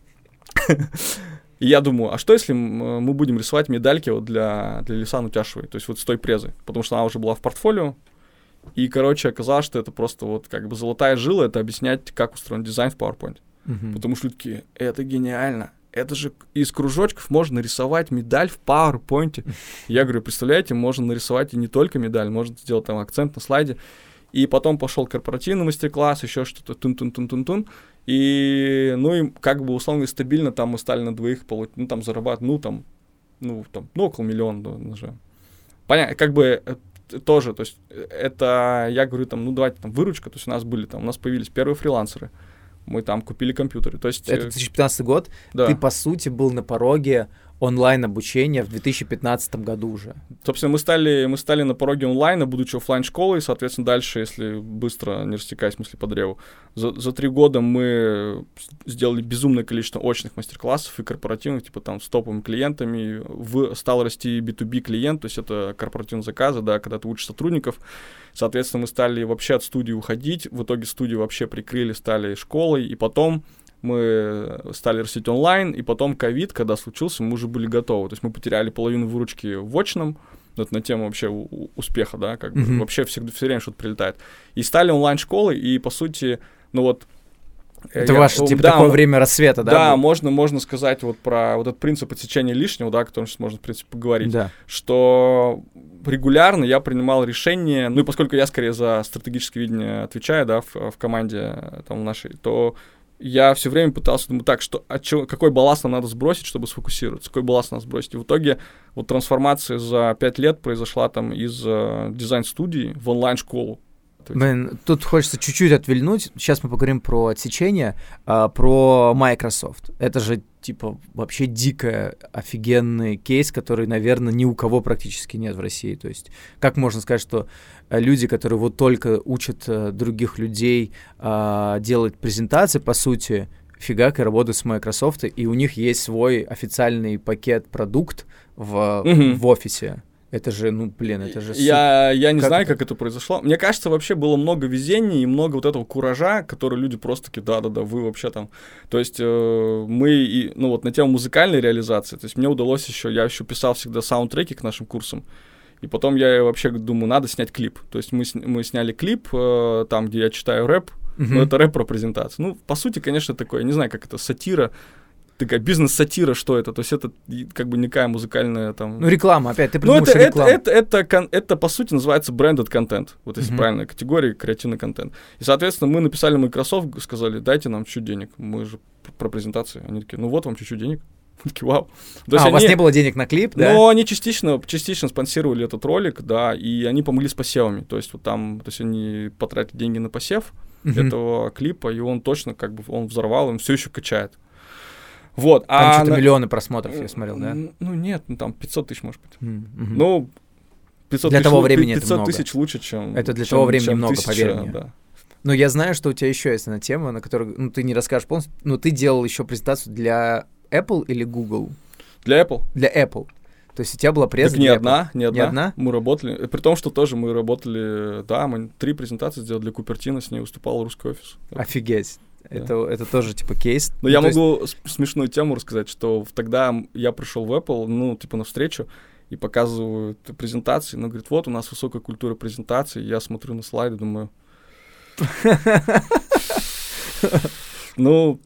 И я думаю, а что если мы будем рисовать медальки вот для, для Лисан Утяшевой, то есть вот с той презы, потому что она уже была в портфолио. И, короче, оказалось, что это просто вот как бы золотая жила, это объяснять, как устроен дизайн в PowerPoint. Uh-huh. Потому что люди такие, это гениально, это же из кружочков можно нарисовать медаль в PowerPoint. Я говорю, представляете, можно нарисовать и не только медаль, можно сделать там акцент на слайде. И потом пошел корпоративный мастер-класс, еще что-то, тун-тун-тун-тун-тун. И, ну, и как бы, условно, стабильно там мы стали на двоих, ну, там, зарабатывать, ну, там, ну, там, ну, около миллиона, да, уже. Понятно, как бы... тоже, то есть это, я говорю, там, ну, давайте, там, выручка, то есть у нас были, там, у нас появились первые фрилансеры, мы там купили компьютеры, то есть... Это две тысячи пятнадцатый год, да. Ты, по сути, был на пороге онлайн-обучения в две тысячи пятнадцатом году уже. Собственно, мы стали, мы стали на пороге онлайна, будучи офлайн-школой, соответственно, дальше, если быстро, не растекаясь мысли по древу, за, за три года мы сделали безумное количество очных мастер-классов и корпоративных, типа там с топовыми клиентами, в, стал расти би ту би клиент, то есть это корпоративные заказы, да, когда ты учишь сотрудников, соответственно, мы стали вообще от студии уходить, в итоге студию вообще прикрыли, стали школой, и потом мы стали растить онлайн, и потом ковид, когда случился, мы уже были готовы. То есть мы потеряли половину выручки в очном, это на тему вообще у- успеха, да, как mm-hmm. бы вообще всегда, все время что-то прилетает. И стали онлайн-школой, и по сути, ну вот... Это я, ваше, типа, да, такое время рассвета, да? Да, можно, можно сказать вот про вот этот принцип отсечения лишнего, да, о котором сейчас можно, в принципе, поговорить, да. что регулярно я принимал решения, ну и поскольку я скорее за стратегическое видение отвечаю, да, в, в команде там нашей, то я все время пытался думать, так, что, а чё, какой балласт нам надо сбросить, чтобы сфокусироваться, какой балласт надо сбросить. И в итоге вот трансформация за пять лет произошла там из э, дизайн-студии в онлайн-школу. Блин, тут хочется чуть-чуть отвильнуть. Сейчас мы поговорим про отсечение, а, про Microsoft. Это же, типа, вообще дико офигенный кейс, который, наверное, ни у кого практически нет в России. То есть, как можно сказать, что люди, которые вот только учат других людей а, делать презентации, по сути, фигак и работают с Microsoft, и у них есть свой официальный пакет-продукт в, mm-hmm. в офисе. Это же, ну, блин, это же... Я, я не как знаю, это? как это произошло. Мне кажется, вообще было много везения и много вот этого куража, который люди просто такие, да-да-да, вы вообще там... То есть э, мы, и, ну, вот на тему музыкальной реализации, то есть мне удалось еще, я еще писал всегда саундтреки к нашим курсам, и потом я вообще думаю, надо снять клип. То есть мы, мы сняли клип, э, там, где я читаю рэп, uh-huh. но это рэп про презентацию. Ну, по сути, конечно, такое, я не знаю, как это, сатира, такая бизнес-сатира, что это, то есть это как бы никакая музыкальная там... Ну, реклама, опять, ты придумал, ну, это, что реклама. Это, это, это, это, это, по сути, называется branded контент, вот если uh-huh. правильная категория, креативный контент. И, соответственно, мы написали Microsoft, сказали, дайте нам чуть денег, мы же про презентации. Они такие, ну вот вам чуть-чуть денег. Такие, вау. То а, у вас не было денег на клип, да? Но они частично, частично спонсировали этот ролик, да, и они помогли с посевами. То есть вот там, то есть они потратили деньги на посев uh-huh. этого клипа, и он точно как бы, он взорвал, он все еще качает. Вот, там а что-то на... миллионы просмотров, я смотрел, да? Ну, нет, ну, там пятьсот тысяч, может быть. Mm-hmm. Ну, пятьсот для тысяч, того времени пятьсот это много. тысяч лучше, чем... Это для чем, того времени чем много, тысяча, поверь мне. Да. Но я знаю, что у тебя еще есть одна тема, на которую ну, ты не расскажешь полностью, но ты делал еще презентацию для Apple или Google? Для Apple. Для Apple. То есть у тебя была презентация? Так не одна, не одна, не одна. Мы работали, при том, что тоже мы работали, да, мы три презентации сделали для Купертино, с ней выступал русский офис. Офигеть. Да. Это, это тоже, типа, кейс. Но ну, я могу есть... смешную тему рассказать, что тогда я пришел в Apple, ну, типа, на встречу, и показывают презентации, ну, говорит, вот у нас высокая культура презентаций, я смотрю на слайды, думаю... Ну...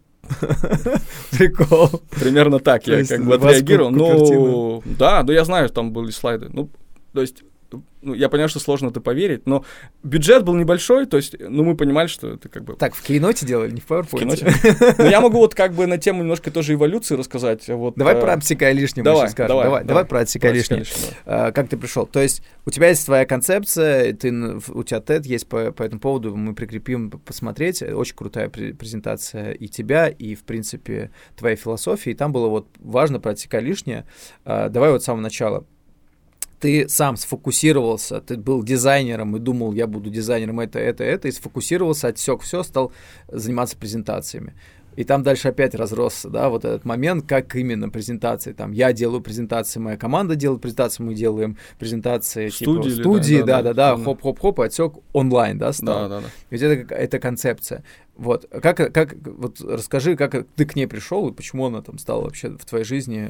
Прикол. Примерно так я как бы отреагировал. Ну, да, да, я знаю, там были слайды. Ну, то есть... Ну, я понимаю, что сложно это поверить, но бюджет был небольшой, то есть, ну, мы понимали, что это как бы... Так, в Keynote делали, не в PowerPoint? Ну, я могу вот как бы на тему немножко тоже эволюции рассказать. Вот, давай э... про отсекай лишнее мы сейчас скажем. Давай, давай, давай про отсекай лишнее. А, как ты пришел? То есть у тебя есть твоя концепция, ты, у тебя тед есть по, по этому поводу, мы прикрепим посмотреть. Очень крутая презентация и тебя, и, в принципе, твоей философии. И там было вот важно про отсекай лишнее. А, давай вот с самого начала. Ты сам сфокусировался, ты был дизайнером и думал, я буду дизайнером это, это, это, и сфокусировался, отсек все, стал заниматься презентациями. И там дальше опять разросся, да, вот этот момент, как именно презентации. Там я делаю презентации, моя команда делает презентации, мы делаем презентации студии, типа студии, да, да, да, да, хоп-хоп-хоп, и отсек онлайн, да, стал. Да, да, да. Ведь это, это концепция. Вот, как, как, вот расскажи, как ты к ней пришел и почему она там стала вообще в твоей жизни...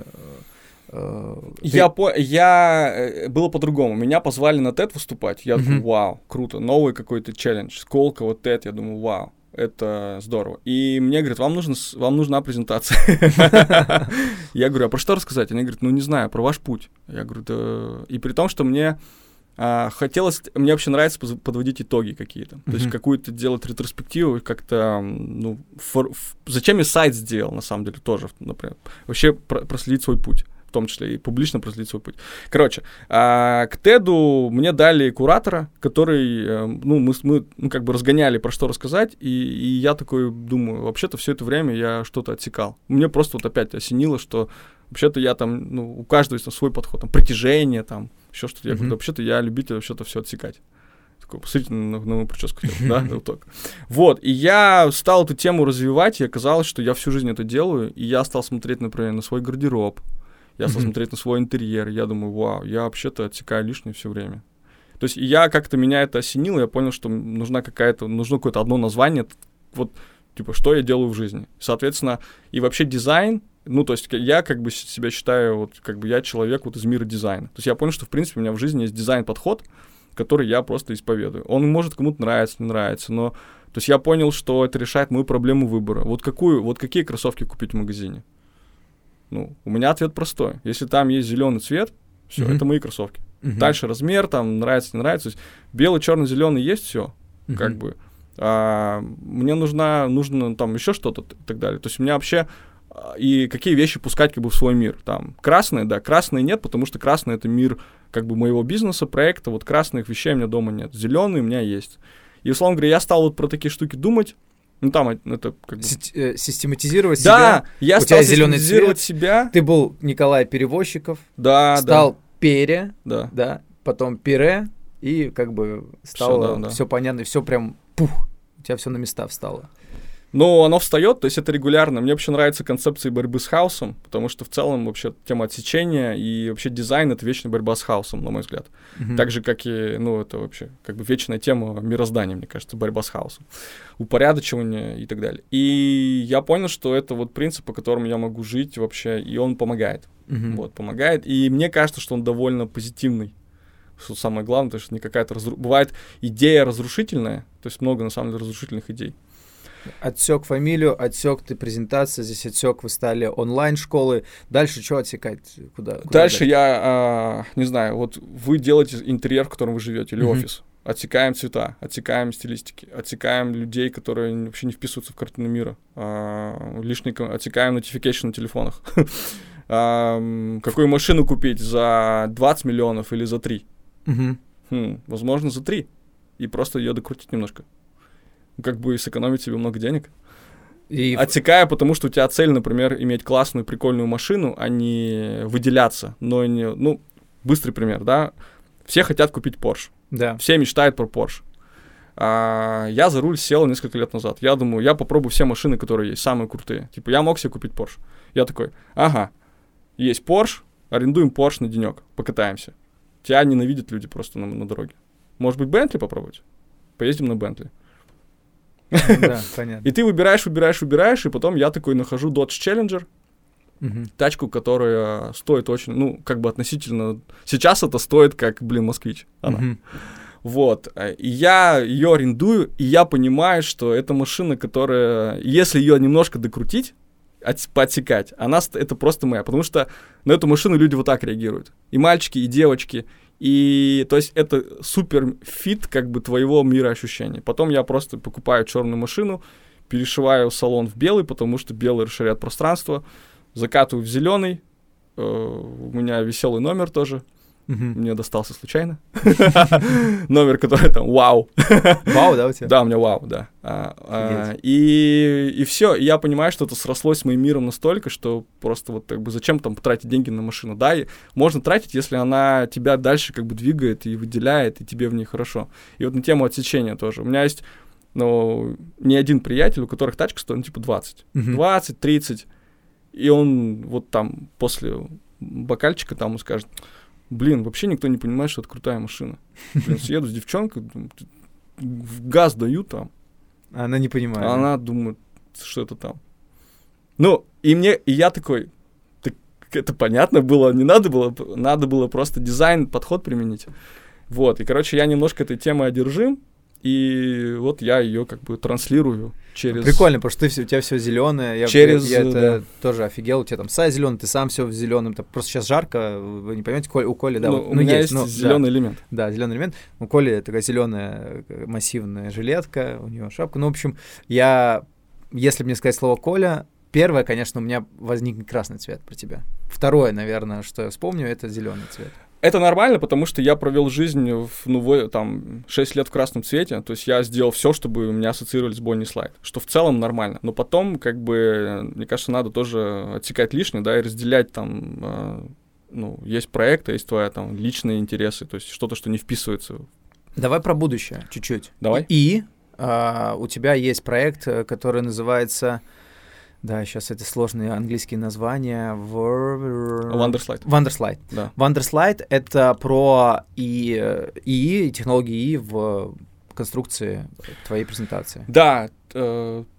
Я, по... я... Было по-другому. Меня позвали на тед выступать. Я uh-huh. думаю, вау, круто. Новый какой-то челлендж. Сколково тед. Я думаю, вау, это здорово. И мне говорят, вам, нужно... вам нужна презентация. Я говорю, а про что рассказать? Они говорят, ну не знаю, про ваш путь. Я говорю, да... И при том, что мне хотелось... Мне вообще нравится подводить итоги какие-то. То есть какую-то делать ретроспективу, как-то... Ну, зачем я сайт сделал, на самом деле, тоже, например. Вообще проследить свой путь. В том числе и публично проследить свой путь. Короче, а, к теду мне дали куратора, который, э, ну, мы, мы ну, как бы разгоняли, про что рассказать, и, и я такой думаю, вообще-то все это время я что-то отсекал. Мне просто вот опять осенило, что вообще-то я там, ну, у каждого есть там свой подход, там, притяжение, там, еще что-то. Я говорю, да, вообще-то я любитель вообще-то все отсекать. Такой, посмотрите на, на мою прическу, да, вот так. Вот, и я стал эту тему развивать, и оказалось, что я всю жизнь это делаю, и я стал смотреть, например, на свой гардероб, я стал mm-hmm. смотреть на свой интерьер, я думаю, вау, я вообще-то отсекаю лишнее все время. То есть я как-то, меня это осенило, я понял, что нужна какая-то, нужно какое-то одно название, вот, типа, что я делаю в жизни. Соответственно, и вообще дизайн, ну, то есть я как бы себя считаю, вот, как бы я человек вот из мира дизайна. То есть я понял, что, в принципе, у меня в жизни есть дизайн-подход, который я просто исповедую. Он может кому-то нравиться, не нравится, но... То есть я понял, что это решает мою проблему выбора. Вот какую, вот какие кроссовки купить в магазине? Ну, у меня ответ простой. Если там есть зеленый цвет, все, mm-hmm. это мои кроссовки. Uh-huh. Дальше размер, там, нравится, не нравится. То есть белый, черный, зеленый есть все, uh-huh. как бы. А, мне нужна, нужно там еще что-то и так далее. То есть у меня вообще... И какие вещи пускать как бы в свой мир. Там красные, да, красные нет, потому что красный — это мир как бы моего бизнеса, проекта. Вот красных вещей у меня дома нет. Зеленые у меня есть. И, условно говоря, я стал вот про такие штуки думать. Ну, там это как бы... Систематизировать да, себя. Я у стал тебя зеленый систематизировать цвет. себя. Ты был Николай Перевозчиков. Да, стал да. Пере. Да. да. Потом Пере. И как бы стало все, да, все да. понятно. Все прям пух. У тебя все на места встало. Но оно встает, то есть это регулярно. Мне вообще нравится концепция борьбы с хаосом, потому что в целом вообще тема отсечения и вообще дизайн — это вечная борьба с хаосом, на мой взгляд. Mm-hmm. Так же, как и, ну, это вообще как бы вечная тема мироздания, мне кажется, борьба с хаосом, упорядочивание и так далее. И я понял, что это вот принцип, по которому я могу жить вообще, и он помогает. Mm-hmm. Вот, помогает. И мне кажется, что он довольно позитивный. Что самое главное, то есть не какая-то... Разру... Бывает идея разрушительная, то есть много, на самом деле, разрушительных идей. Отсек фамилию, отсек ты презентация, здесь отсек, вы стали онлайн-школы. Дальше что отсекать? Куда? куда дальше дальше я, а, не знаю, вот вы делаете интерьер, в котором вы живете, или mm-hmm. офис. Отсекаем цвета, отсекаем стилистики, отсекаем людей, которые вообще не вписываются в картину мира. А, лишний, отсекаем notification на телефонах. Какую машину купить, за двадцать миллионов или за три? Возможно, за три. И просто ее докрутить немножко. Как бы сэкономить себе много денег. И... Отсекая, потому что у тебя цель, например, иметь классную, прикольную машину, а не выделяться. Но не... Ну, быстрый пример, да? Все хотят купить Porsche. Да. Все мечтают про Porsche. А, я за руль сел несколько лет назад. Я думаю, я попробую все машины, которые есть, самые крутые. Типа, я мог себе купить Porsche. Я такой, ага, есть Porsche, арендуем Porsche на денек, покатаемся. Тебя ненавидят люди просто на, на дороге. Может быть, Bentley попробовать? Поездим на Bentley. Да, понятно. И ты выбираешь, выбираешь, выбираешь, и потом я такой нахожу Dodge Challenger, uh-huh. тачку, которая стоит очень, ну, как бы относительно... Сейчас это стоит как, блин, москвич. Она. Uh-huh. Вот. И я ее арендую, и я понимаю, что это машина, которая... Если ее немножко докрутить, от, поотсекать, она, это просто моя. Потому что на эту машину люди вот так реагируют. И мальчики, и девочки. И, то есть, это супер фит, как бы, твоего мира ощущений. Потом я просто покупаю черную машину, перешиваю салон в белый, потому что белый расширяет пространство, закатываю в зеленый. Э, у меня веселый номер тоже. Uh-huh. Мне достался случайно. Номер, который там вау. Вау, да, у тебя? Да, у меня вау, да. И, и все. И я понимаю, что это срослось с моим миром настолько, что просто вот как бы зачем там тратить деньги на машину. Да, и можно тратить, если она тебя дальше как бы двигает и выделяет, и тебе в ней хорошо. И вот на тему отсечения тоже. У меня есть, ну, не один приятель, у которых тачка стоит, ну, типа двадцать. двадцать, тридцать. И он вот там после бокальчика там он скажет: блин, вообще никто не понимает, что это крутая машина. Блин, съеду с девчонкой, в газ даю там. Она не понимает. А она думает, что это там. Ну, и мне, и я такой, так это понятно было, не надо было, надо было просто дизайн, подход применить. Вот, и, короче, я немножко этой темой одержим, и вот я ее как бы транслирую через... Прикольно, потому что ты, у тебя все зеленое. Я, через, я, я да. это тоже офигел. У тебя там сайт зеленый, ты сам все в зеленом. Просто сейчас жарко, вы не поймете, Коль, у Коли, да. Ну, вот, у ну, меня есть, есть ну, зеленый да, элемент. Да, зеленый элемент. У Коли такая зеленая массивная жилетка, у нее шапка. Ну, в общем, я, если мне сказать слово Коля, первое, конечно, у меня возникнет красный цвет про тебя. Второе, наверное, что я вспомню, это зеленый цвет. Это нормально, потому что я провел жизнь в, ну, там, шесть лет в красном цвете, то есть я сделал все, чтобы меня ассоциировали с Bonnie Slide, что в целом нормально. Но потом, как бы, мне кажется, надо тоже отсекать лишнее, да, и разделять там, э, ну, есть проекты, есть твои там личные интересы, то есть что-то, что не вписывается. Давай про будущее чуть-чуть. Давай. И э, у тебя есть проект, который называется... Да, сейчас это сложные английские названия. Wonderslide. Wonderslide. Да. Wonderslide — это про и, и технологии И в конструкции твоей презентации. Да, э,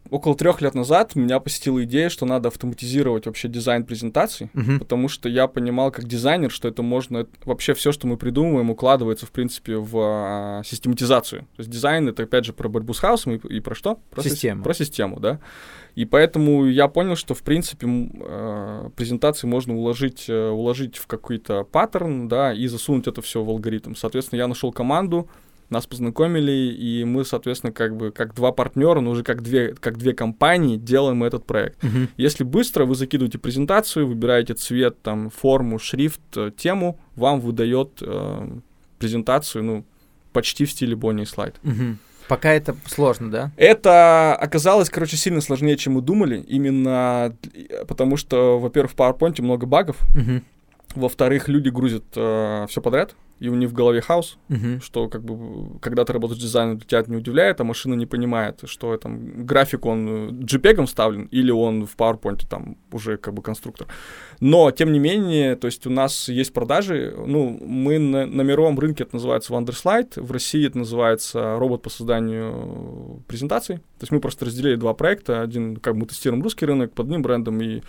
около трех лет назад меня посетила идея, что надо автоматизировать вообще дизайн презентаций, Мгм. потому что я понимал как дизайнер, что это можно... это вообще все, что мы придумываем, укладывается, в принципе, в а, систематизацию. То есть дизайн — это, опять же, про борьбу с хаосом и, и про что? Про Систему. Си- про систему, да. И поэтому я понял, что, в принципе, м, э, презентации можно уложить, э, уложить в какой-то паттерн, да, и засунуть это все в алгоритм. Соответственно, я нашел команду, нас познакомили, и мы, соответственно, как бы как два партнера, но уже как две, как две компании делаем этот проект. Мгм. Если быстро, вы закидываете презентацию, выбираете цвет, там, форму, шрифт, э, тему, вам выдает э, презентацию, ну, почти в стиле Bonnie и Clyde. Мгм. Пока это сложно, да? Это оказалось, короче, сильно сложнее, чем мы думали, именно д- потому что, во-первых, в PowerPoint много багов, Мгм. во-вторых, люди грузят э, все подряд, и у них в голове хаос, Мгм. что, как бы, когда ты работаешь с дизайном, тебя это не удивляет, а машина не понимает, что там график, он э, джей-пегом вставлен, или он в PowerPoint, там, уже, как бы, конструктор. Но, тем не менее, то есть у нас есть продажи, ну, мы на, на мировом рынке, это называется Wonderslide, в России это называется робот по созданию презентаций, то есть мы просто разделили два проекта, один, как бы, мы тестируем русский рынок под одним брендом, и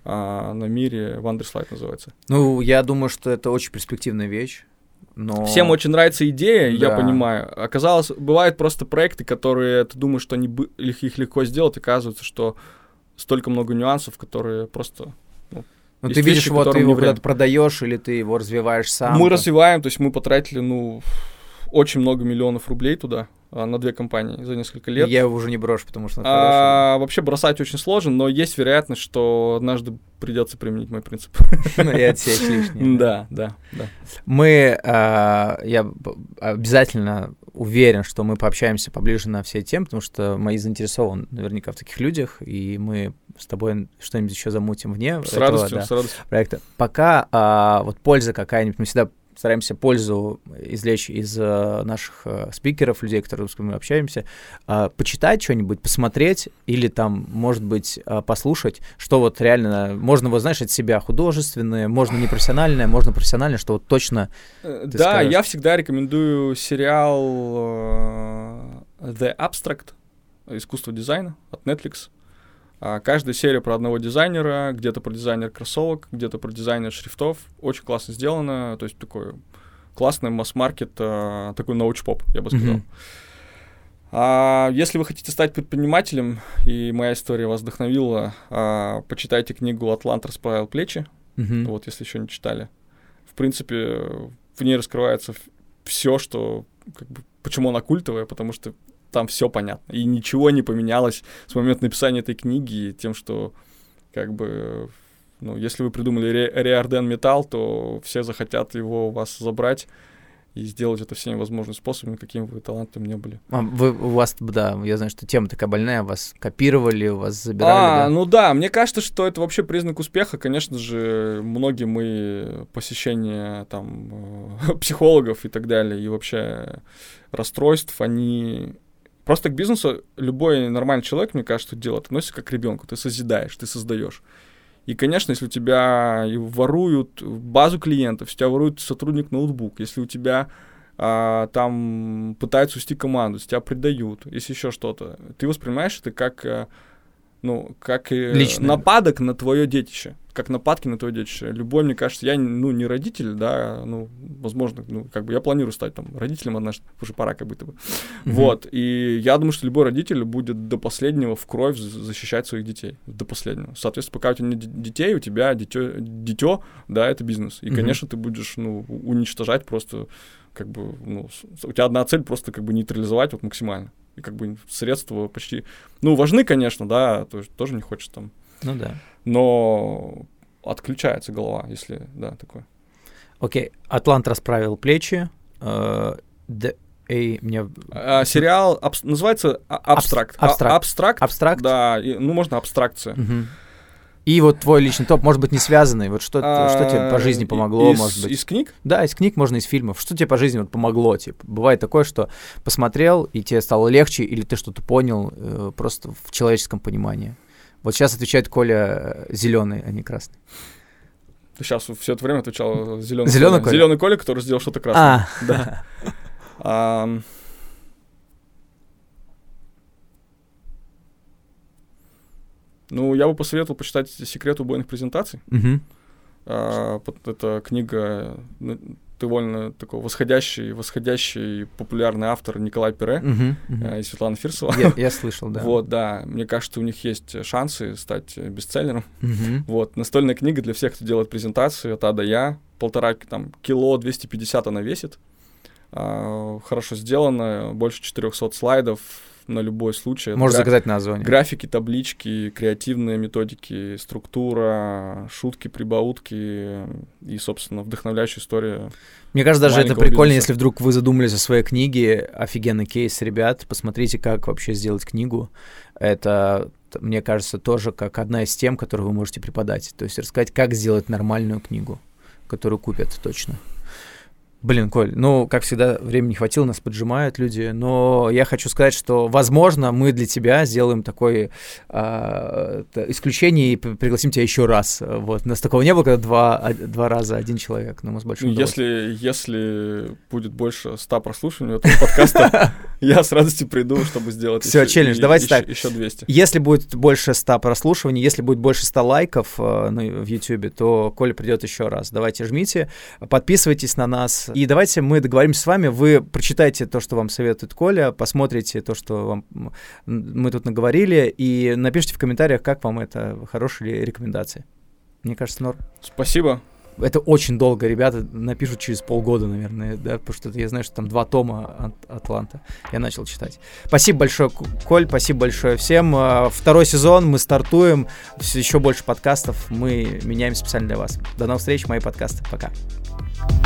а, на мире Wonderslide называется. Ну, я думаю, что это очень перспективная вещь. Но... Всем очень нравится идея, я Да. понимаю. Оказалось, бывают просто проекты, которые ты думаешь, что они бы, их, их легко сделать, оказывается, что столько много нюансов, которые просто... Ну, есть ты видишь, вещи, вот ты которым его не время. куда-то продаешь, или ты его развиваешь сам. Мы там. развиваем, то есть мы потратили, ну, очень много миллионов рублей туда, а, на две компании за несколько лет. Я его уже не брошу, потому что он А, вообще бросать очень сложно, но есть вероятность, что однажды придется применить мой принцип. хороший. И отсечь лишнее. Да, да, да. Мы, а, я б- обязательно уверен, что мы пообщаемся поближе на все темы, потому что мои заинтересованы наверняка в таких людях, и мы с тобой что-нибудь еще замутим вне С этого, радостью, да, с радостью. проекта. Пока а, вот польза какая-нибудь, мы всегда стараемся пользу извлечь из э, наших э, спикеров, людей, которые, с которыми мы общаемся, э, почитать что-нибудь, посмотреть или там, может быть, э, послушать, что вот реально, можно, вот знаешь, от себя художественное, можно непрофессиональное, можно профессиональное, что вот точно... Э, Ты Да, скажешь. я всегда рекомендую сериал э, The Abstract, искусство дизайна от Netflix. А, Каждая серия про одного дизайнера, где-то про дизайнер кроссовок, где-то про дизайнер шрифтов. Очень классно сделано, то есть такой классный масс-маркет, э, такой научпоп, я бы сказал. Мгм. А если вы хотите стать предпринимателем, и моя история вас вдохновила, а, почитайте книгу «Атлант расправил плечи», Мгм. вот, если еще не читали. В принципе, в ней раскрывается все, что, как бы, почему она культовая, потому что там все понятно. И ничего не поменялось с момента написания этой книги тем, что, как бы, ну, если вы придумали ре- Реарден металл, то все захотят его у вас забрать и сделать это всеми возможными способами, каким вы талантом не были. А, вы, у вас, да, я знаю, что тема такая больная, вас копировали, у вас забирали, А, да? ну да, мне кажется, что это вообще признак успеха. Конечно же, многие мои посещения там э, психологов и так далее, и вообще расстройств, они... Просто к бизнесу любой нормальный человек, мне кажется, делает, относится как к ребенку. Ты созидаешь, ты создаешь. И, конечно, если у тебя и воруют базу клиентов, если у тебя ворует сотрудник ноутбук, если у тебя а, там пытаются увести команду, если тебя предают, если еще что-то, ты воспринимаешь это как, а, ну, как э, Личное. нападок на твое детище, как нападки на твое детище. Любой, мне кажется, я, ну, не родитель, да, ну, возможно, ну, как бы я планирую стать там родителем однажды, уже пора как будто бы. Мгм. Вот, и я думаю, что любой родитель будет до последнего в кровь за- защищать своих детей, до последнего. Соответственно, пока у тебя нет д- детей, у тебя дитё, дитё, да, это бизнес. И, Мгм. конечно, ты будешь, ну, у- уничтожать просто, как бы, ну, с- у тебя одна цель просто, как бы, нейтрализовать вот максимально. И, как бы, средства почти, ну, важны, конечно, да, то есть тоже не хочешь там, Ну да. но отключается голова, если, да, такое. Окей, Атлант расправил плечи, э, д- эй, мне... А, сериал абс- называется а- «Абстракт». А- абстракт. Абстракт, Абстракт? да, и, ну, можно абстракция. Мгм. И вот твой личный топ, может быть, не связанный, вот что, что тебе по жизни А, помогло, из, может быть? Из книг? Да, из книг, можно из фильмов. Что тебе по жизни вот помогло? Типа, бывает такое, что посмотрел, и тебе стало легче, или ты что-то понял э, просто в человеческом понимании. Вот сейчас отвечает Коля зеленый, а не красный. Ты сейчас все это время отвечал зеленый Зелёный Коля. Коля? Зеленый Коля, который сделал что-то красное. А, Да. Ам, Ну, я бы посоветовал почитать «Секрет убойных презентаций». Угу. А, это книга довольно такой восходящий, восходящий популярный автор Николай Пире uh-huh, uh-huh. и Светлана Фирсова. Я, я слышал, да. Вот, да. Мне кажется, у них есть шансы стать бестселлером. Uh-huh. Вот. Настольная книга для всех, кто делает презентации от А до Я. Полтора там, кило, двести пятьдесят она весит. А, хорошо сделана, больше четырехсот слайдов на любой случай. Можешь гра- заказать на Озоне. Графики, таблички, креативные методики, структура, шутки, прибаутки и, собственно, вдохновляющая история. Мне кажется, даже это прикольно, бизнеса. Если вдруг вы задумались о своей книге. Офигенный кейс, ребят. Посмотрите, как вообще сделать книгу. Это, мне кажется, тоже как одна из тем, которую вы можете преподать. То есть рассказать, как сделать нормальную книгу, которую купят точно. Блин, Коль, ну, как всегда, времени не хватило, нас поджимают люди, но я хочу сказать, что, возможно, мы для тебя сделаем такое э, исключение и пригласим тебя еще раз. Вот. У нас такого не было, когда два, два раза один человек, но мы с большим удовольствием. Если, если будет больше ста прослушиваний этого подкаста, я с радостью приду, чтобы сделать Все, челлендж, давайте так. Еще двести. Если будет больше ста прослушиваний, если будет больше ста лайков в Ютубе, то Коля придет еще раз. Давайте жмите, подписывайтесь на нас. И давайте мы договоримся с вами, вы прочитайте то, что вам советует Коля, посмотрите то, что вам мы тут наговорили, и напишите в комментариях, как вам это, хорошие ли рекомендации. Мне кажется, норм. Спасибо. Это очень долго, ребята напишут через полгода, наверное, да, потому что я знаю, что там два тома от Атланта я начал читать. Спасибо большое, Коль, спасибо большое всем. Второй сезон, мы стартуем, еще больше подкастов, мы меняем специально для вас. До новых встреч, мои подкасты, пока.